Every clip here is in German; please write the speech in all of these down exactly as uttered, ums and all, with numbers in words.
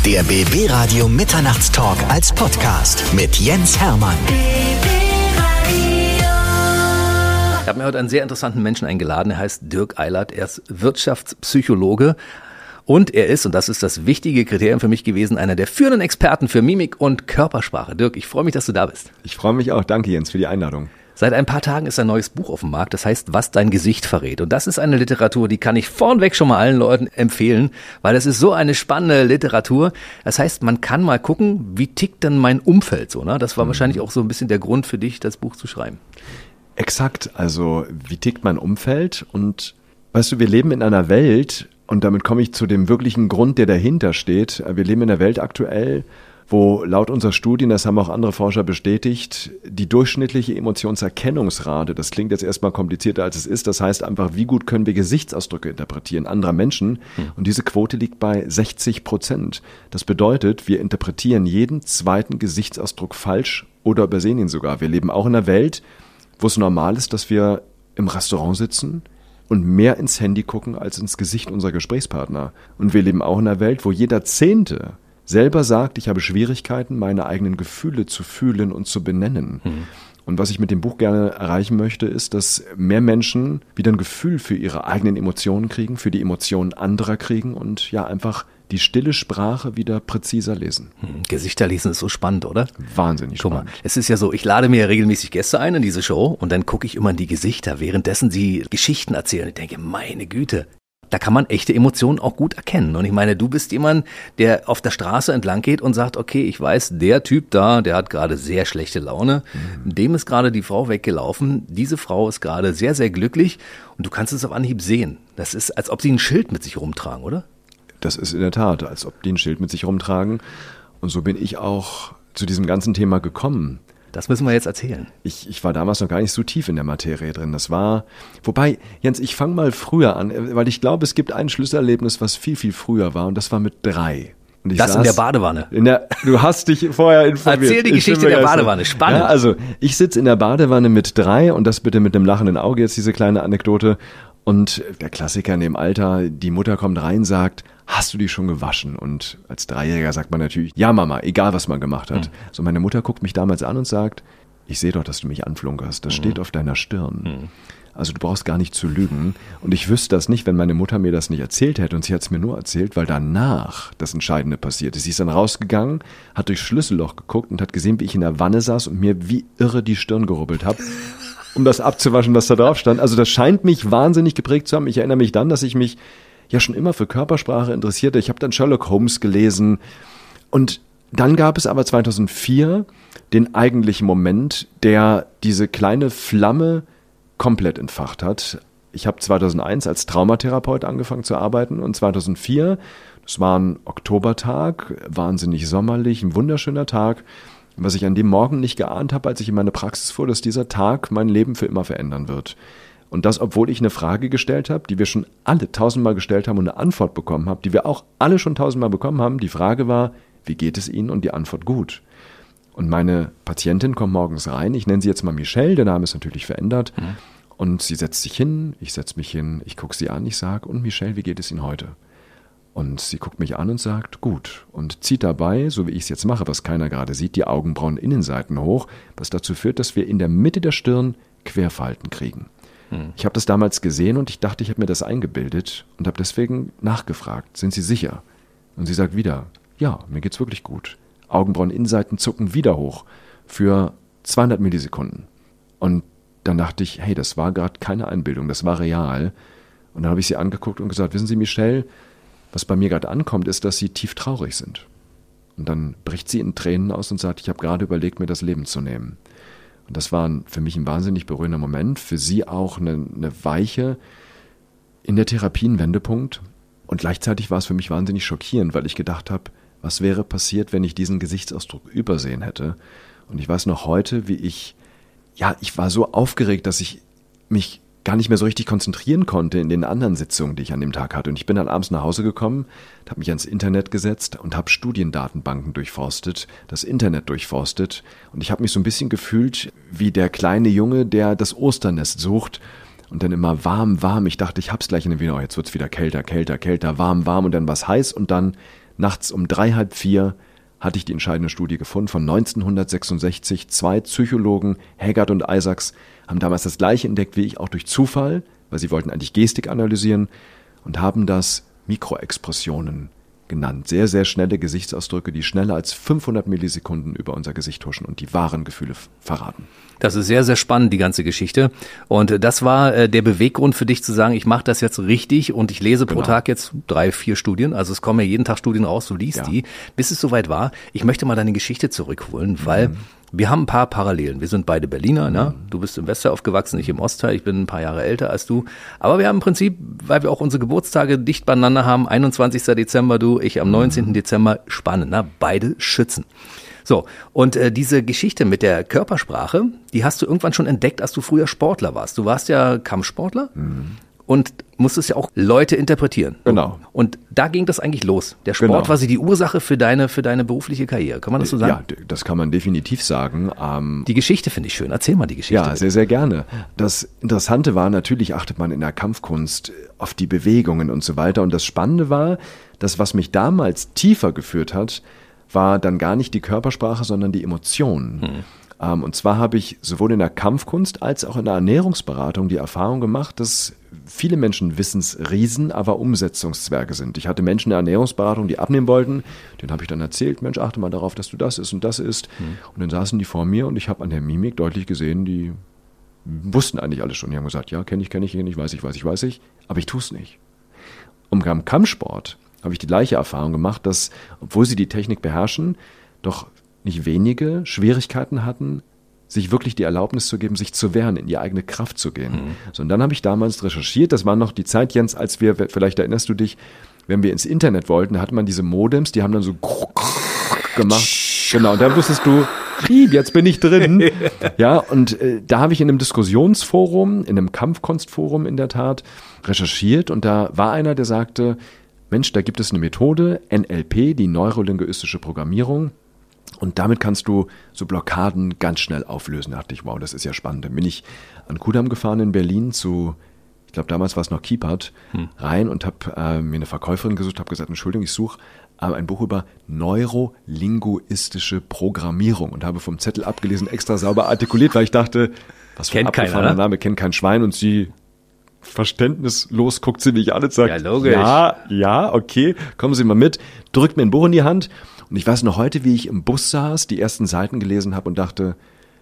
Der B B Radio Mitternachtstalk als Podcast mit Jens Hermann. Ich habe mir heute einen sehr interessanten Menschen eingeladen. Er heißt Dirk Eilert. Er ist Wirtschaftspsychologe und er ist, und das ist das wichtige Kriterium für mich gewesen, einer der führenden Experten für Mimik und Körpersprache. Dirk, ich freue mich, dass du da bist. Ich freue mich auch. Danke, Jens, für die Einladung. Seit ein paar Tagen ist ein neues Buch auf dem Markt, das heißt, was dein Gesicht verrät. Und das ist eine Literatur, die kann ich vornweg schon mal allen Leuten empfehlen, weil das ist so eine spannende Literatur. Das heißt, man kann mal gucken, wie tickt denn mein Umfeld so, ne? Das war mhm. wahrscheinlich auch so ein bisschen der Grund für dich, das Buch zu schreiben. Exakt, also wie tickt mein Umfeld? Und weißt du, wir leben in einer Welt, und damit komme ich zu dem wirklichen Grund, der dahinter steht. Wir leben in einer Welt aktuell, wo laut unserer Studien, das haben auch andere Forscher bestätigt, die durchschnittliche Emotionserkennungsrate, das klingt jetzt erstmal komplizierter als es ist, das heißt einfach, wie gut können wir Gesichtsausdrücke interpretieren anderer Menschen, und diese Quote liegt bei sechzig Prozent. Das bedeutet, wir interpretieren jeden zweiten Gesichtsausdruck falsch oder übersehen ihn sogar. Wir leben auch in einer Welt, wo es normal ist, dass wir im Restaurant sitzen und mehr ins Handy gucken als ins Gesicht unserer Gesprächspartner. Und wir leben auch in einer Welt, wo jeder Zehnte selber sagt, ich habe Schwierigkeiten, meine eigenen Gefühle zu fühlen und zu benennen. Mhm. Und was ich mit dem Buch gerne erreichen möchte, ist, dass mehr Menschen wieder ein Gefühl für ihre eigenen Emotionen kriegen, für die Emotionen anderer kriegen und ja einfach die stille Sprache wieder präziser lesen. Mhm. Gesichter lesen ist so spannend, oder? Wahnsinnig Guck spannend. Mal, es ist ja so, ich lade mir ja regelmäßig Gäste ein in diese Show und dann gucke ich immer in die Gesichter, währenddessen sie Geschichten erzählen. Ich denke, meine Güte, da kann man echte Emotionen auch gut erkennen. Und ich meine, du bist jemand, der auf der Straße entlang geht und sagt, okay, ich weiß, der Typ da, der hat gerade sehr schlechte Laune. Mhm. Dem ist gerade die Frau weggelaufen. Diese Frau ist gerade sehr, sehr glücklich. Und du kannst es auf Anhieb sehen. Das ist, als ob sie ein Schild mit sich rumtragen, oder? Das ist in der Tat, als ob die ein Schild mit sich rumtragen. Und so bin ich auch zu diesem ganzen Thema gekommen. Das müssen wir jetzt erzählen. Ich, ich war damals noch gar nicht so tief in der Materie drin. Das war, wobei, Jens, ich fange mal früher an, weil ich glaube, es gibt ein Schlüsselerlebnis, was viel, viel früher war, und das war mit drei. Und ich das in der Badewanne. In der, du hast dich vorher informiert. Erzähl die Geschichte der Badewanne, spannend. Ja, also ich sitze in der Badewanne mit drei, und das bitte mit dem lachenden Auge, jetzt diese kleine Anekdote. Und der Klassiker in dem Alter, die Mutter kommt rein, sagt, hast du dich schon gewaschen? Und als Dreijähriger sagt man natürlich, ja Mama, egal was man gemacht hat. Mhm. So, meine Mutter guckt mich damals an und sagt, ich sehe doch, dass du mich anflunkerst. Das mhm. steht auf deiner Stirn. Mhm. Also du brauchst gar nicht zu lügen. Und ich wüsste das nicht, wenn meine Mutter mir das nicht erzählt hätte. Und sie hat es mir nur erzählt, weil danach das Entscheidende passierte. Sie ist dann rausgegangen, hat durchs Schlüsselloch geguckt und hat gesehen, wie ich in der Wanne saß und mir wie irre die Stirn gerubbelt habe, um das abzuwaschen, was da drauf stand. Also das scheint mich wahnsinnig geprägt zu haben. Ich erinnere mich dann, dass ich mich ja schon immer für Körpersprache interessierte. Ich habe dann Sherlock Holmes gelesen. Und dann gab es aber zweitausendvier den eigentlichen Moment, der diese kleine Flamme komplett entfacht hat. Ich habe zweitausendeins als Traumatherapeut angefangen zu arbeiten und zweitausendvier, das war ein Oktobertag, wahnsinnig sommerlich, ein wunderschöner Tag. Was ich an dem Morgen nicht geahnt habe, als ich in meine Praxis fuhr, dass dieser Tag mein Leben für immer verändern wird. Und das, obwohl ich eine Frage gestellt habe, die wir schon alle tausendmal gestellt haben und eine Antwort bekommen haben, die wir auch alle schon tausendmal bekommen haben. Die Frage war, wie geht es Ihnen? Und die Antwort, gut. Und meine Patientin kommt morgens rein, ich nenne sie jetzt mal Michelle, der Name ist natürlich verändert. Mhm. Und sie setzt sich hin, ich setze mich hin, ich gucke sie an, ich sage, und Michelle, wie geht es Ihnen heute? Und sie guckt mich an und sagt, gut. Und zieht dabei, so wie ich es jetzt mache, was keiner gerade sieht, die Augenbrauen Innenseiten hoch, was dazu führt, dass wir in der Mitte der Stirn Querfalten kriegen. Hm. Ich habe das damals gesehen und ich dachte, ich habe mir das eingebildet und habe deswegen nachgefragt, sind Sie sicher? Und sie sagt wieder, ja, mir geht's wirklich gut. Augenbrauen Innenseiten zucken wieder hoch für zweihundert Millisekunden. Und dann dachte ich, hey, das war gerade keine Einbildung, das war real. Und dann habe ich sie angeguckt und gesagt, wissen Sie, Michelle, was bei mir gerade ankommt, ist, dass Sie tief traurig sind. Und dann bricht sie in Tränen aus und sagt, ich habe gerade überlegt, mir das Leben zu nehmen. Und das war für mich ein wahnsinnig berührender Moment, für sie auch eine, eine Weiche, in der Therapie ein Wendepunkt. Und gleichzeitig war es für mich wahnsinnig schockierend, weil ich gedacht habe, was wäre passiert, wenn ich diesen Gesichtsausdruck übersehen hätte. Und ich weiß noch heute, wie ich, ja, ich war so aufgeregt, dass ich mich gar nicht mehr so richtig konzentrieren konnte in den anderen Sitzungen, die ich an dem Tag hatte. Und ich bin dann abends nach Hause gekommen, habe mich ans Internet gesetzt und habe Studiendatenbanken durchforstet, das Internet durchforstet. Und ich habe mich so ein bisschen gefühlt wie der kleine Junge, der das Osternest sucht und dann immer warm, warm. Ich dachte, ich hab's gleich in den Wiener, oh, jetzt wird's wieder kälter, kälter, kälter, warm, warm und dann was heiß und dann nachts um drei, halb vier hatte ich die entscheidende Studie gefunden von neunzehnhundertsechsundsechzig. Zwei Psychologen, Haggard und Isaacs, haben damals das Gleiche entdeckt wie ich, auch durch Zufall, weil sie wollten eigentlich Gestik analysieren und haben das Mikroexpressionen genannt. Sehr, sehr schnelle Gesichtsausdrücke, die schneller als fünfhundert Millisekunden über unser Gesicht huschen und die wahren Gefühle verraten. Das ist sehr, sehr spannend, die ganze Geschichte. Und das war der Beweggrund für dich zu sagen, ich mache das jetzt richtig und ich lese pro Genau. Tag jetzt drei, vier Studien. Also es kommen ja jeden Tag Studien raus, du liest Ja. die. Bis es soweit war, ich möchte mal deine Geschichte zurückholen, weil Mhm. wir haben ein paar Parallelen. Wir sind beide Berliner, ne? Du bist im Westteil aufgewachsen, ich im Ostteil. Ich bin ein paar Jahre älter als du. Aber wir haben im Prinzip, weil wir auch unsere Geburtstage dicht beieinander haben, einundzwanzigster Dezember du, ich am neunzehnten Dezember, spannend, ne? Beide Schützen. So, und äh, diese Geschichte mit der Körpersprache, die hast du irgendwann schon entdeckt, als du früher Sportler warst. Du warst ja Kampfsportler Mhm. und musstest ja auch Leute interpretieren. Genau. Und da ging das eigentlich los. Der Sport Genau. war sie die Ursache für deine, für deine berufliche Karriere. Kann man das so sagen? Ja, d- das kann man definitiv sagen. Ähm, Die Geschichte finde ich schön. Erzähl mal die Geschichte. Ja, bitte. sehr, sehr gerne. Das Interessante war, natürlich achtet man in der Kampfkunst auf die Bewegungen und so weiter. Und das Spannende war, dass was mich damals tiefer geführt hat, war dann gar nicht die Körpersprache, sondern die Emotionen. Hm. Ähm, und zwar habe ich sowohl in der Kampfkunst als auch in der Ernährungsberatung die Erfahrung gemacht, dass viele Menschen Wissensriesen, aber Umsetzungszwerge sind. Ich hatte Menschen in der Ernährungsberatung, die abnehmen wollten. Denen habe ich dann erzählt, Mensch, achte mal darauf, dass du das isst und das isst. Hm. Und dann saßen die vor mir und ich habe an der Mimik deutlich gesehen, die wussten eigentlich alles schon. Die haben gesagt, ja, kenne ich, kenne ich, kenne ich, weiß ich, weiß ich, weiß ich, aber ich tue es nicht. Und beim Kampfsport habe ich die gleiche Erfahrung gemacht, dass, obwohl sie die Technik beherrschen, doch nicht wenige Schwierigkeiten hatten, sich wirklich die Erlaubnis zu geben, sich zu wehren, in die eigene Kraft zu gehen. Mhm. So, und dann habe ich damals recherchiert, das war noch die Zeit, Jens, als wir, vielleicht erinnerst du dich, wenn wir ins Internet wollten, da hatte man diese Modems, die haben dann so gemacht. Genau, und dann wusstest du, jetzt bin ich drin. Ja, und äh, da habe ich in einem Diskussionsforum, in einem Kampfkunstforum in der Tat, recherchiert und da war einer, der sagte, Mensch, da gibt es eine Methode, N L P, die neurolinguistische Programmierung, und damit kannst du so Blockaden ganz schnell auflösen. Da dachte ich, wow, das ist ja spannend. Dann bin ich an Kudamm gefahren in Berlin zu, ich glaube damals war es noch Kiepert, hm. rein und habe äh, mir eine Verkäuferin gesucht, habe gesagt, Entschuldigung, ich suche äh, ein Buch über neurolinguistische Programmierung und habe vom Zettel abgelesen, extra sauber artikuliert, weil ich dachte, was für ein abgefahrener Name, kennt kein Schwein, und sie verständnislos guckt sie mich an und sagt, ja, logisch. ja, ja, okay, kommen Sie mal mit, drückt mir ein Buch in die Hand. Und ich weiß noch heute, wie ich im Bus saß, die ersten Seiten gelesen habe und dachte,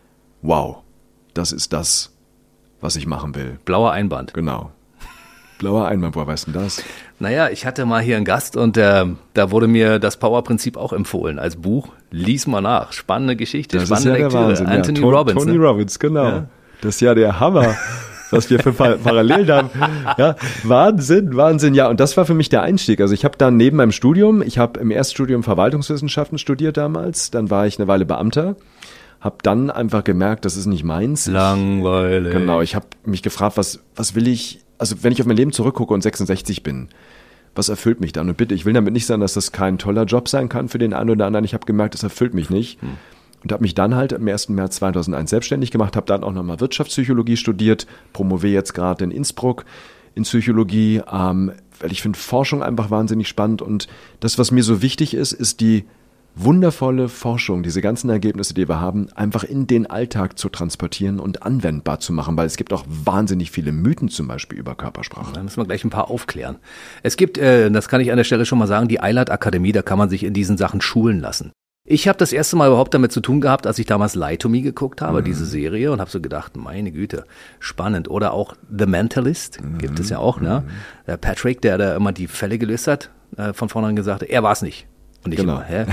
wow, das ist das, was ich machen will. Blauer Einband. Genau. Blauer Einband, woher weißt du das? Naja, ich hatte mal hier einen Gast und äh, da wurde mir das Power-Prinzip auch empfohlen als Buch. Lies mal nach. Spannende Geschichte, das spannende ist ja Lektüre. Der Wahnsinn, Anthony ja. Robbins. Tony ne? Robbins, genau. Ja. Das ist ja der Hammer, was wir für Parallelen haben. Ja, Wahnsinn, Wahnsinn. Ja, und das war für mich der Einstieg. Also ich habe dann neben meinem Studium, ich habe im Erststudium Verwaltungswissenschaften studiert damals, dann war ich eine Weile Beamter, habe dann einfach gemerkt, das ist nicht meins. Langweilig. Genau, ich habe mich gefragt, was, was will ich, also wenn ich auf mein Leben zurückgucke und sechsundsechzig bin, was erfüllt mich dann? Und bitte, ich will damit nicht sagen, dass das kein toller Job sein kann für den einen oder anderen. Ich habe gemerkt, das erfüllt mich nicht. Hm. Und habe mich dann halt am ersten März zweitausendeins selbstständig gemacht, habe dann auch nochmal Wirtschaftspsychologie studiert, promoviere jetzt gerade in Innsbruck in Psychologie, ähm, weil ich finde Forschung einfach wahnsinnig spannend. Und das, was mir so wichtig ist, ist die wundervolle Forschung, diese ganzen Ergebnisse, die wir haben, einfach in den Alltag zu transportieren und anwendbar zu machen, weil es gibt auch wahnsinnig viele Mythen zum Beispiel über Körpersprache. Da müssen wir gleich ein paar aufklären. Es gibt, äh, das kann ich an der Stelle schon mal sagen, die Eilert Akademie, da kann man sich in diesen Sachen schulen lassen. Ich habe das erste Mal überhaupt damit zu tun gehabt, als ich damals Lie to Me geguckt habe, mhm. diese Serie, und habe so gedacht, meine Güte, spannend. Oder auch The Mentalist, mhm. gibt es ja auch, ne? Der Patrick, der da immer die Fälle gelöst hat, äh, von vornherein gesagt hat, er war es nicht. Und ich genau. immer, hä?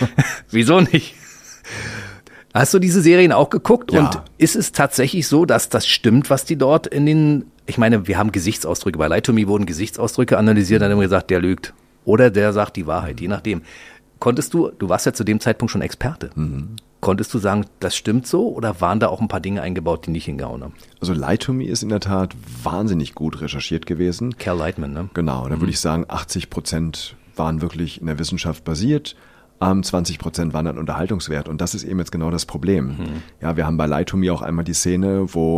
Wieso nicht? Hast du diese Serien auch geguckt? Ja. Und ist es tatsächlich so, dass das stimmt, was die dort in den, ich meine, wir haben Gesichtsausdrücke, bei Lie to Me wurden Gesichtsausdrücke analysiert, dann haben wir gesagt, der lügt. Oder der sagt die Wahrheit, je nachdem. Konntest du, du warst ja zu dem Zeitpunkt schon Experte, mhm. konntest du sagen, das stimmt so, oder waren da auch ein paar Dinge eingebaut, die nicht hingehauen haben? Also Lie to Me ist in der Tat wahnsinnig gut recherchiert gewesen. Cal Lightman, ne? Genau, da mhm. würde ich sagen, achtzig Prozent waren wirklich in der Wissenschaft basiert, ähm, zwanzig Prozent waren dann Unterhaltungswert, und das ist eben jetzt genau das Problem. Mhm. Ja, wir haben bei Lie to Me auch einmal die Szene, wo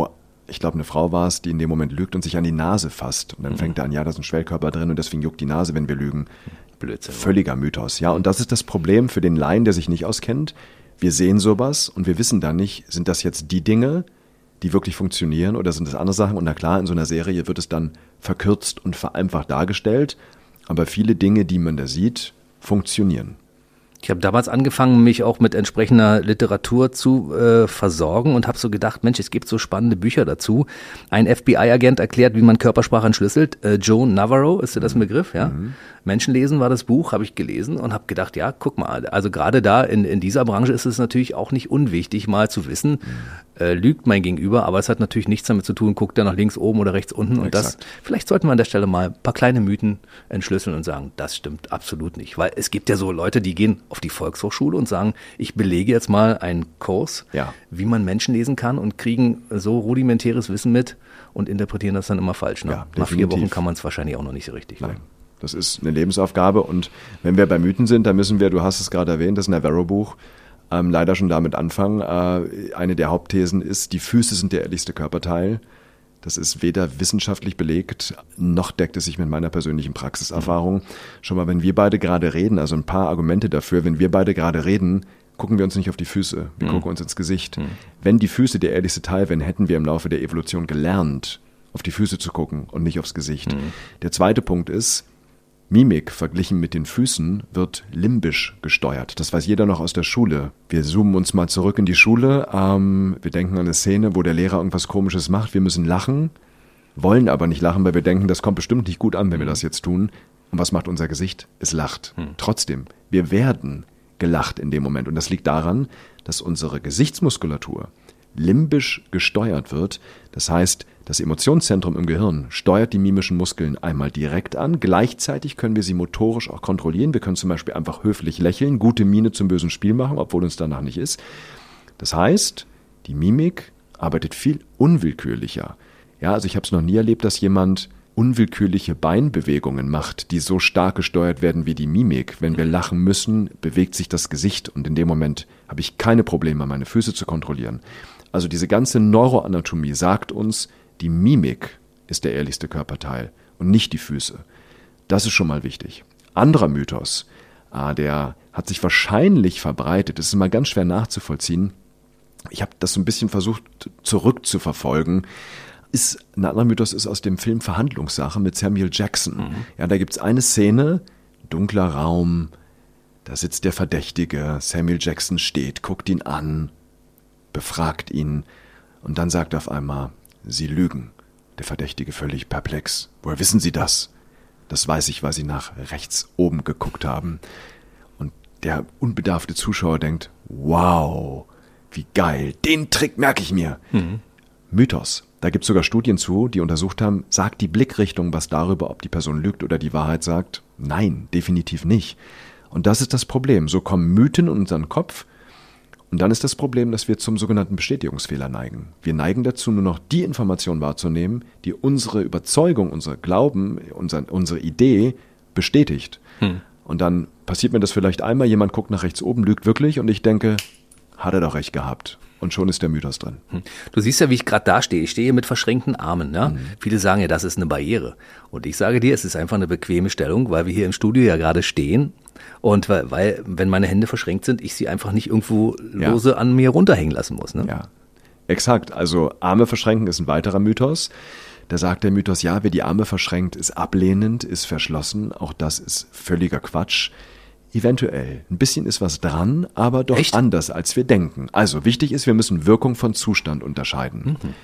ich glaube, eine Frau war es, die in dem Moment lügt und sich an die Nase fasst. Und dann mhm. fängt er an, ja, da ist ein Schwellkörper drin und deswegen juckt die Nase, wenn wir lügen. Blödsinn. Völliger Mythos, ja. Und das ist das Problem für den Laien, der sich nicht auskennt. Wir sehen sowas und wir wissen dann nicht, sind das jetzt die Dinge, die wirklich funktionieren oder sind das andere Sachen? Und na klar, in so einer Serie wird es dann verkürzt und vereinfacht dargestellt. Aber viele Dinge, die man da sieht, funktionieren. Ich habe damals angefangen, mich auch mit entsprechender Literatur zu äh, versorgen und habe so gedacht, Mensch, es gibt so spannende Bücher dazu. Ein F B I-Agent erklärt, wie man Körpersprache entschlüsselt. Äh, Joe Navarro, ist dir das ein Begriff? Ja. Mhm. Menschenlesen war das Buch, habe ich gelesen und habe gedacht, ja, guck mal, also gerade da in, in dieser Branche ist es natürlich auch nicht unwichtig, mal zu wissen, mhm. äh, lügt mein Gegenüber, aber es hat natürlich nichts damit zu tun, guckt er nach links, oben oder rechts unten. Und Exakt. das, vielleicht sollten wir an der Stelle mal ein paar kleine Mythen entschlüsseln und sagen, das stimmt absolut nicht. Weil es gibt ja so Leute, die gehen auf die Volkshochschule und sagen, ich belege jetzt mal einen Kurs, ja. wie man Menschen lesen kann und kriegen so rudimentäres Wissen mit und interpretieren das dann immer falsch. Ne? Ja, nach vier Wochen kann man es wahrscheinlich auch noch nicht so richtig. Nein. Das ist eine Lebensaufgabe und wenn wir bei Mythen sind, dann müssen wir, du hast es gerade erwähnt, das Navarro-Buch, ähm, leider schon damit anfangen. Äh, eine der Hauptthesen ist, die Füße sind der ehrlichste Körperteil. Das ist weder wissenschaftlich belegt, noch deckt es sich mit meiner persönlichen Praxiserfahrung. Schon mal, wenn wir beide gerade reden, also ein paar Argumente dafür, wenn wir beide gerade reden, gucken wir uns nicht auf die Füße, wir mhm. gucken uns ins Gesicht. Mhm. Wenn die Füße der ehrlichste Teil wären, hätten wir im Laufe der Evolution gelernt, auf die Füße zu gucken und nicht aufs Gesicht. Mhm. Der zweite Punkt ist, Mimik verglichen mit den Füßen wird limbisch gesteuert. Das weiß jeder noch aus der Schule. Wir zoomen uns mal zurück in die Schule. Ähm, wir denken an eine Szene, wo der Lehrer irgendwas Komisches macht. Wir müssen lachen, wollen aber nicht lachen, weil wir denken, das kommt bestimmt nicht gut an, wenn wir das jetzt tun. Und was macht unser Gesicht? Es lacht. Hm. Trotzdem, wir werden gelacht in dem Moment. Und das liegt daran, dass unsere Gesichtsmuskulatur limbisch gesteuert wird. Das heißt, das Emotionszentrum im Gehirn steuert die mimischen Muskeln einmal direkt an. Gleichzeitig können wir sie motorisch auch kontrollieren. Wir können zum Beispiel einfach höflich lächeln, gute Miene zum bösen Spiel machen, obwohl uns danach nicht ist. Das heißt, die Mimik arbeitet viel unwillkürlicher. Ja, also ich habe es noch nie erlebt, dass jemand unwillkürliche Beinbewegungen macht, die so stark gesteuert werden wie die Mimik. Wenn wir lachen müssen, bewegt sich das Gesicht und in dem Moment habe ich keine Probleme, meine Füße zu kontrollieren. Also diese ganze Neuroanatomie sagt uns, die Mimik ist der ehrlichste Körperteil und nicht die Füße. Das ist schon mal wichtig. Anderer Mythos, ah, der hat sich wahrscheinlich verbreitet, das ist immer ganz schwer nachzuvollziehen. Ich habe das so ein bisschen versucht zurückzuverfolgen. Ist, ein anderer Mythos ist aus dem Film Verhandlungssache mit Samuel Jackson. Mhm. Ja, da gibt es eine Szene, dunkler Raum, da sitzt der Verdächtige, Samuel Jackson steht, guckt ihn an, befragt ihn und dann sagt er auf einmal, Sie lügen. Der Verdächtige völlig perplex. Woher wissen Sie das? Das weiß ich, weil Sie nach rechts oben geguckt haben. Und der unbedarfte Zuschauer denkt, wow, wie geil, den Trick merke ich mir. Mhm. Mythos. Da gibt es sogar Studien zu, die untersucht haben, sagt die Blickrichtung was darüber, ob die Person lügt oder die Wahrheit sagt? Nein, definitiv nicht. Und das ist das Problem. So kommen Mythen in unseren Kopf. Und dann ist das Problem, dass wir zum sogenannten Bestätigungsfehler neigen. Wir neigen dazu, nur noch die Information wahrzunehmen, die unsere Überzeugung, unser Glauben, unser, unsere Idee bestätigt. Hm. Und dann passiert mir das vielleicht einmal, jemand guckt nach rechts oben, lügt wirklich und ich denke, hat er doch recht gehabt. Und schon ist der Mythos drin. Du siehst ja, wie ich gerade da stehe. Ich stehe mit verschränkten Armen. Ne? Mhm. Viele sagen ja, das ist eine Barriere. Und ich sage dir, es ist einfach eine bequeme Stellung, weil wir hier im Studio ja gerade stehen. Und weil, weil, wenn meine Hände verschränkt sind, ich sie einfach nicht irgendwo lose ja. an mir runterhängen lassen muss. Ne? Ja, exakt. Also Arme verschränken ist ein weiterer Mythos. Da sagt der Mythos, ja, wer die Arme verschränkt, ist ablehnend, ist verschlossen. Auch das ist völliger Quatsch. Eventuell. Ein bisschen ist was dran, aber doch Echt? anders, als wir denken. Also wichtig ist, wir müssen Wirkung von Zustand unterscheiden. Mhm.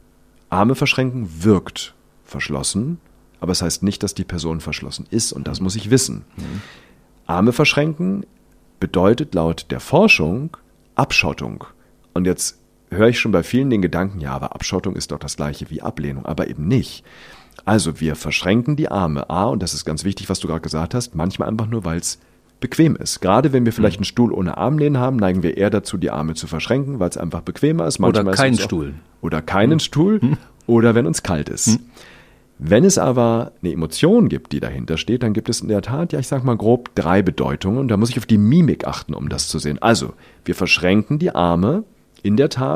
Arme verschränken wirkt verschlossen, aber es heißt nicht, dass die Person verschlossen ist und das muss ich wissen. Mhm. Arme verschränken bedeutet laut der Forschung Abschottung. Und jetzt höre ich schon bei vielen den Gedanken, ja, aber Abschottung ist doch das gleiche wie Ablehnung, aber eben nicht. Also wir verschränken die Arme. A, und das ist ganz wichtig, was du gerade gesagt hast, manchmal einfach nur, weil es bequem ist. Gerade wenn wir vielleicht einen Stuhl ohne Armlehnen haben, neigen wir eher dazu, die Arme zu verschränken, weil es einfach bequemer ist. Manchmal oder keinen Stuhl. Oder keinen hm. Stuhl. Hm. Oder wenn uns kalt ist. Hm. Wenn es aber eine Emotion gibt, die dahinter steht, dann gibt es in der Tat, ja, ich sag mal grob drei Bedeutungen. Und da muss ich auf die Mimik achten, um das zu sehen. Also, wir verschränken die Arme in der Tat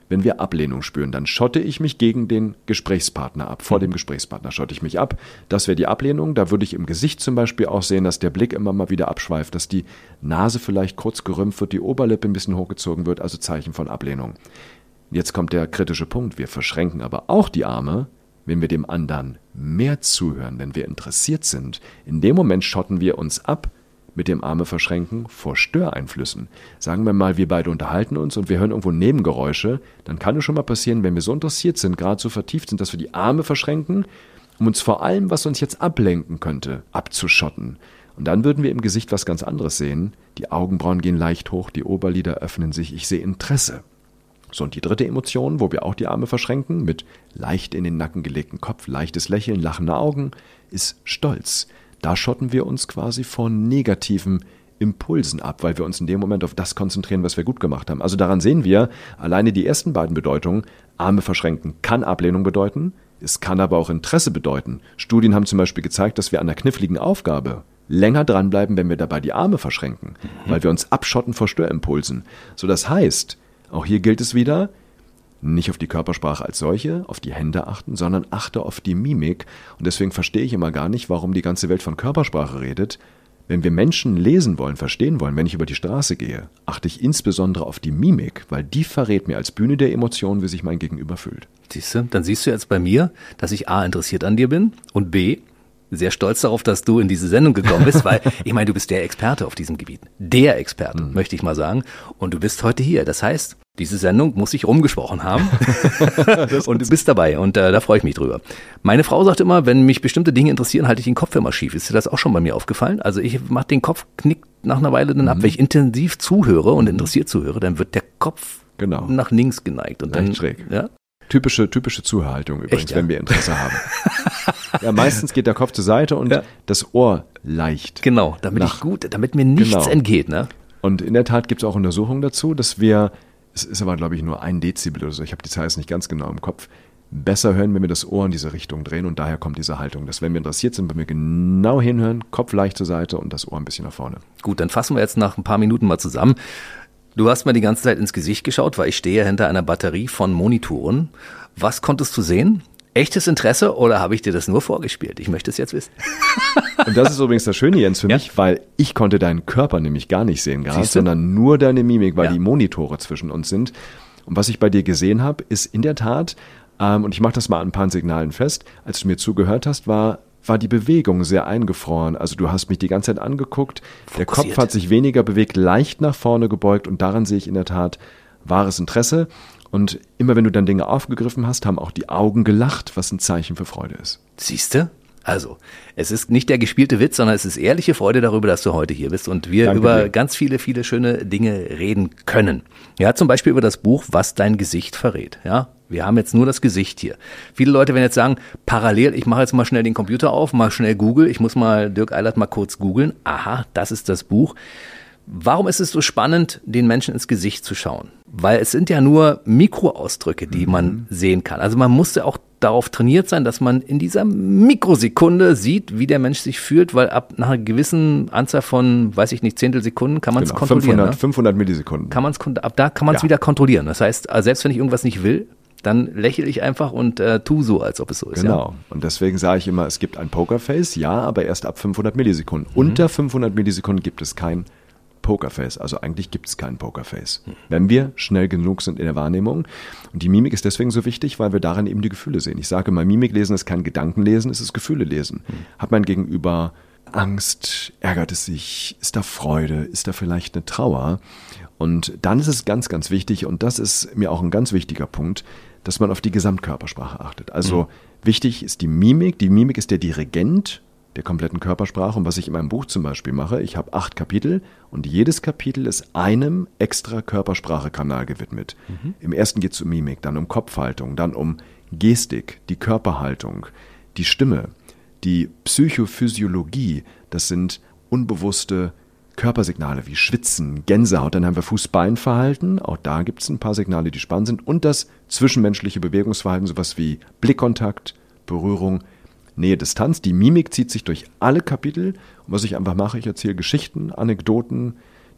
wenn wir Ablehnung spüren, dann schotte ich mich gegen den Gesprächspartner ab. Vor dem Gesprächspartner schotte ich mich ab. Das wäre die Ablehnung. Da würde ich im Gesicht zum Beispiel auch sehen, dass der Blick immer mal wieder abschweift, dass die Nase vielleicht kurz gerümpft wird, die Oberlippe ein bisschen hochgezogen wird, also Zeichen von Ablehnung. Jetzt kommt der kritische Punkt. Wir verschränken aber auch die Arme, wenn wir dem anderen mehr zuhören, wenn wir interessiert sind. In dem Moment schotten wir uns ab, mit dem Arme verschränken, vor Störeinflüssen. Sagen wir mal, wir beide unterhalten uns und wir hören irgendwo Nebengeräusche, dann kann es schon mal passieren, wenn wir so interessiert sind, gerade so vertieft sind, dass wir die Arme verschränken, um uns vor allem, was uns jetzt ablenken könnte, abzuschotten. Und dann würden wir im Gesicht was ganz anderes sehen. Die Augenbrauen gehen leicht hoch, die Oberlider öffnen sich, ich sehe Interesse. So, und die dritte Emotion, wo wir auch die Arme verschränken, mit leicht in den Nacken gelegten Kopf, leichtes Lächeln, lachende Augen, ist Stolz. Da schotten wir uns quasi vor negativen Impulsen ab, weil wir uns in dem Moment auf das konzentrieren, was wir gut gemacht haben. Also daran sehen wir, alleine die ersten beiden Bedeutungen, Arme verschränken kann Ablehnung bedeuten, es kann aber auch Interesse bedeuten. Studien haben zum Beispiel gezeigt, dass wir an einer kniffligen Aufgabe länger dranbleiben, wenn wir dabei die Arme verschränken, mhm. weil wir uns abschotten vor Störimpulsen. So, das heißt, auch hier gilt es wieder, nicht auf die Körpersprache als solche, auf die Hände achten, sondern achte auf die Mimik. Und deswegen verstehe ich immer gar nicht, warum die ganze Welt von Körpersprache redet. Wenn wir Menschen lesen wollen, verstehen wollen, wenn ich über die Straße gehe, achte ich insbesondere auf die Mimik, weil die verrät mir als Bühne der Emotionen, wie sich mein Gegenüber fühlt. Siehst du, dann siehst du jetzt bei mir, dass ich A, interessiert an dir bin und B, sehr stolz darauf, dass du in diese Sendung gekommen bist, weil ich meine, du bist der Experte auf diesem Gebiet. Der Experte, mhm. möchte ich mal sagen. Und du bist heute hier. Das heißt, diese Sendung muss sich rumgesprochen haben und du bist dabei und äh, da freue ich mich drüber. Meine Frau sagt immer, wenn mich bestimmte Dinge interessieren, halte ich den Kopf immer schief. Ist dir das auch schon bei mir aufgefallen? Also ich mache den Kopf, knickt nach einer Weile dann ab. Mhm. Wenn ich intensiv zuhöre und interessiert zuhöre, dann wird der Kopf genau. nach links geneigt. Und dann, schräg. Ja? Typische, typische Zuhörhaltung übrigens, Echt, ja? wenn wir Interesse haben. Ja, meistens geht der Kopf zur Seite und ja. das Ohr leicht. Genau, damit nach, ich gut, damit mir nichts genau. entgeht. Ne? Und in der Tat gibt es auch Untersuchungen dazu, dass wir, es ist aber glaube ich nur ein Dezibel oder so, ich habe die Zahl jetzt nicht ganz genau im Kopf, besser hören, wenn wir das Ohr in diese Richtung drehen und daher kommt diese Haltung, dass wenn wir interessiert sind, wenn wir genau hinhören, Kopf leicht zur Seite und das Ohr ein bisschen nach vorne. Gut, dann fassen wir jetzt nach ein paar Minuten mal zusammen. Du hast mir die ganze Zeit ins Gesicht geschaut, weil ich stehe hinter einer Batterie von Monitoren. Was konntest du sehen? Echtes Interesse oder habe ich dir das nur vorgespielt? Ich möchte es jetzt wissen. Und das ist übrigens das Schöne, Jens, für ja. mich, weil ich konnte deinen Körper nämlich gar nicht sehen gerade, sondern nur deine Mimik, weil ja. die Monitore zwischen uns sind. Und was ich bei dir gesehen habe, ist in der Tat, ähm, und ich mache das mal an ein paar Signalen fest, als du mir zugehört hast, war war die Bewegung sehr eingefroren. Also du hast mich die ganze Zeit angeguckt, Fokussiert. Der Kopf hat sich weniger bewegt, leicht nach vorne gebeugt und daran sehe ich in der Tat wahres Interesse. Und immer wenn du dann Dinge aufgegriffen hast, haben auch die Augen gelacht, was ein Zeichen für Freude ist. Siehste? Also, es ist nicht der gespielte Witz, sondern es ist ehrliche Freude darüber, dass du heute hier bist und wir Danke über dir. ganz viele, viele schöne Dinge reden können. Ja, zum Beispiel über das Buch, was dein Gesicht verrät. Ja, wir haben jetzt nur das Gesicht hier. Viele Leute werden jetzt sagen, parallel, ich mache jetzt mal schnell den Computer auf, mal schnell Google, ich muss mal Dirk Eilert mal kurz googeln. Aha, das ist das Buch. Warum ist es so spannend, den Menschen ins Gesicht zu schauen? Weil es sind ja nur Mikroausdrücke, die mhm. man sehen kann. Also man musste auch darauf trainiert sein, dass man in dieser Mikrosekunde sieht, wie der Mensch sich fühlt, weil ab nach einer gewissen Anzahl von, weiß ich nicht, Zehntelsekunden kann man es genau, kontrollieren. fünfhundert, ne? fünfhundert Millisekunden. Kann man's, ab da kann man es ja. wieder kontrollieren. Das heißt, selbst wenn ich irgendwas nicht will, dann lächle ich einfach und äh, tu so, als ob es so ist. Genau. Ja? Und deswegen sage ich immer, es gibt ein Pokerface, ja, aber erst ab fünfhundert Millisekunden. Mhm. Unter fünfhundert Millisekunden gibt es kein Pokerface. Also eigentlich gibt es kein Pokerface. Mhm. Wenn wir schnell genug sind in der Wahrnehmung. Und die Mimik ist deswegen so wichtig, weil wir darin eben die Gefühle sehen. Ich sage mal, Mimik lesen ist kein Gedankenlesen, es ist Gefühle lesen. Mhm. Hat mein Gegenüber Angst, ärgert es sich, ist da Freude, ist da vielleicht eine Trauer? Und dann ist es ganz, ganz wichtig, und das ist mir auch ein ganz wichtiger Punkt, dass man auf die Gesamtkörpersprache achtet. Also mhm. wichtig ist die Mimik. Die Mimik ist der Dirigent der kompletten Körpersprache. Und was ich in meinem Buch zum Beispiel mache, ich habe acht Kapitel und jedes Kapitel ist einem extra Körpersprache-Kanal gewidmet. Mhm. Im ersten geht es um Mimik, dann um Kopfhaltung, dann um Gestik, die Körperhaltung, die Stimme, die Psychophysiologie. Das sind unbewusste Körpersignale wie Schwitzen, Gänsehaut, dann haben wir Fuß-Bein-Verhalten, auch da gibt es ein paar Signale, die spannend sind, und das zwischenmenschliche Bewegungsverhalten, sowas wie Blickkontakt, Berührung, Nähe, Distanz. Die Mimik zieht sich durch alle Kapitel und was ich einfach mache, ich erzähle Geschichten, Anekdoten,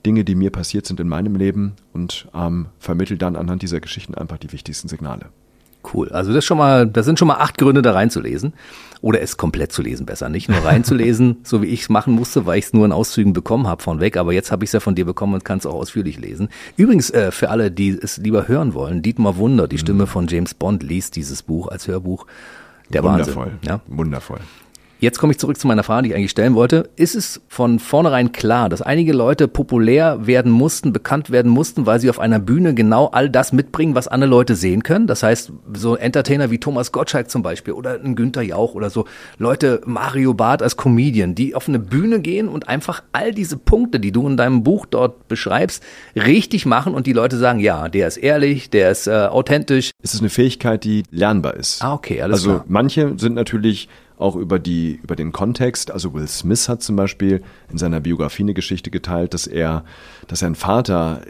Dinge, die mir passiert sind in meinem Leben und ähm, vermittle dann anhand dieser Geschichten einfach die wichtigsten Signale. Cool. Also das ist schon mal, das sind schon mal acht Gründe, da reinzulesen. Oder es komplett zu lesen besser. Nicht nur reinzulesen, so wie ich es machen musste, weil ich es nur in Auszügen bekommen habe von weg. Aber jetzt habe ich es ja von dir bekommen und kann es auch ausführlich lesen. Übrigens, äh, für alle, die es lieber hören wollen, Dietmar Wunder, die Stimme von James Bond, liest dieses Buch als Hörbuch. Der Wundervoll. Wahnsinn. Ja? Wundervoll. Jetzt komme ich zurück zu meiner Frage, die ich eigentlich stellen wollte. Ist es von vornherein klar, dass einige Leute populär werden mussten, bekannt werden mussten, weil sie auf einer Bühne genau all das mitbringen, was andere Leute sehen können? Das heißt, so Entertainer wie Thomas Gottschalk zum Beispiel oder ein Günther Jauch oder so Leute, Mario Barth als Comedian, die auf eine Bühne gehen und einfach all diese Punkte, die du in deinem Buch dort beschreibst, richtig machen und die Leute sagen, ja, der ist ehrlich, der ist äh, authentisch. Es ist eine Fähigkeit, die lernbar ist. Ah, okay, alles also klar. Also manche sind natürlich auch über die, über den Kontext. Also Will Smith hat zum Beispiel in seiner Biografie eine Geschichte geteilt, dass er, dass sein Vater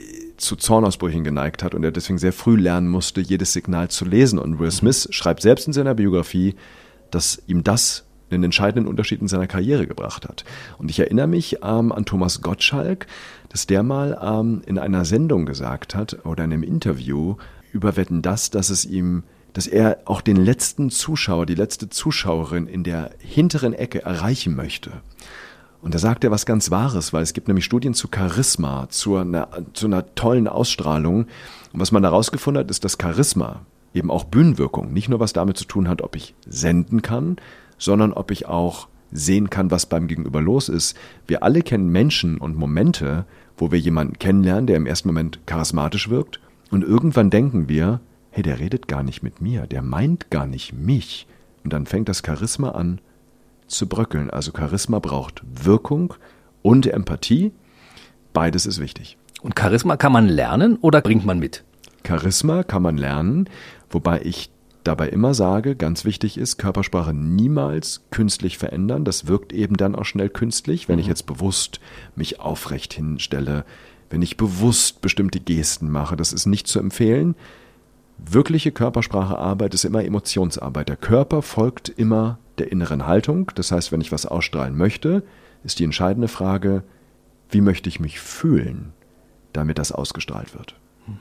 zu Zornausbrüchen geneigt hat und er deswegen sehr früh lernen musste, jedes Signal zu lesen. Und Will Smith schreibt selbst in seiner Biografie, dass ihm das einen entscheidenden Unterschied in seiner Karriere gebracht hat. Und ich erinnere mich ähm, an Thomas Gottschalk, dass der mal ähm, in einer Sendung gesagt hat oder in einem Interview über Wetten, dass, dass es ihm dass er auch den letzten Zuschauer, die letzte Zuschauerin in der hinteren Ecke erreichen möchte. Und da sagt er was ganz Wahres, weil es gibt nämlich Studien zu Charisma, zu einer, zu einer tollen Ausstrahlung. Und was man herausgefunden hat, ist, dass Charisma, eben auch Bühnenwirkung, nicht nur was damit zu tun hat, ob ich senden kann, sondern ob ich auch sehen kann, was beim Gegenüber los ist. Wir alle kennen Menschen und Momente, wo wir jemanden kennenlernen, der im ersten Moment charismatisch wirkt. Und irgendwann denken wir, hey, der redet gar nicht mit mir, der meint gar nicht mich. Und dann fängt das Charisma an zu bröckeln. Also Charisma braucht Wirkung und Empathie. Beides ist wichtig. Und Charisma kann man lernen oder bringt man mit? Charisma kann man lernen, wobei ich dabei immer sage, ganz wichtig ist, Körpersprache niemals künstlich verändern. Das wirkt eben dann auch schnell künstlich, wenn mhm. ich jetzt bewusst mich aufrecht hinstelle, wenn ich bewusst bestimmte Gesten mache. Das ist nicht zu empfehlen. Wirkliche Körpersprachearbeit ist immer Emotionsarbeit. Der Körper folgt immer der inneren Haltung. Das heißt, wenn ich was ausstrahlen möchte, ist die entscheidende Frage, wie möchte ich mich fühlen, damit das ausgestrahlt wird.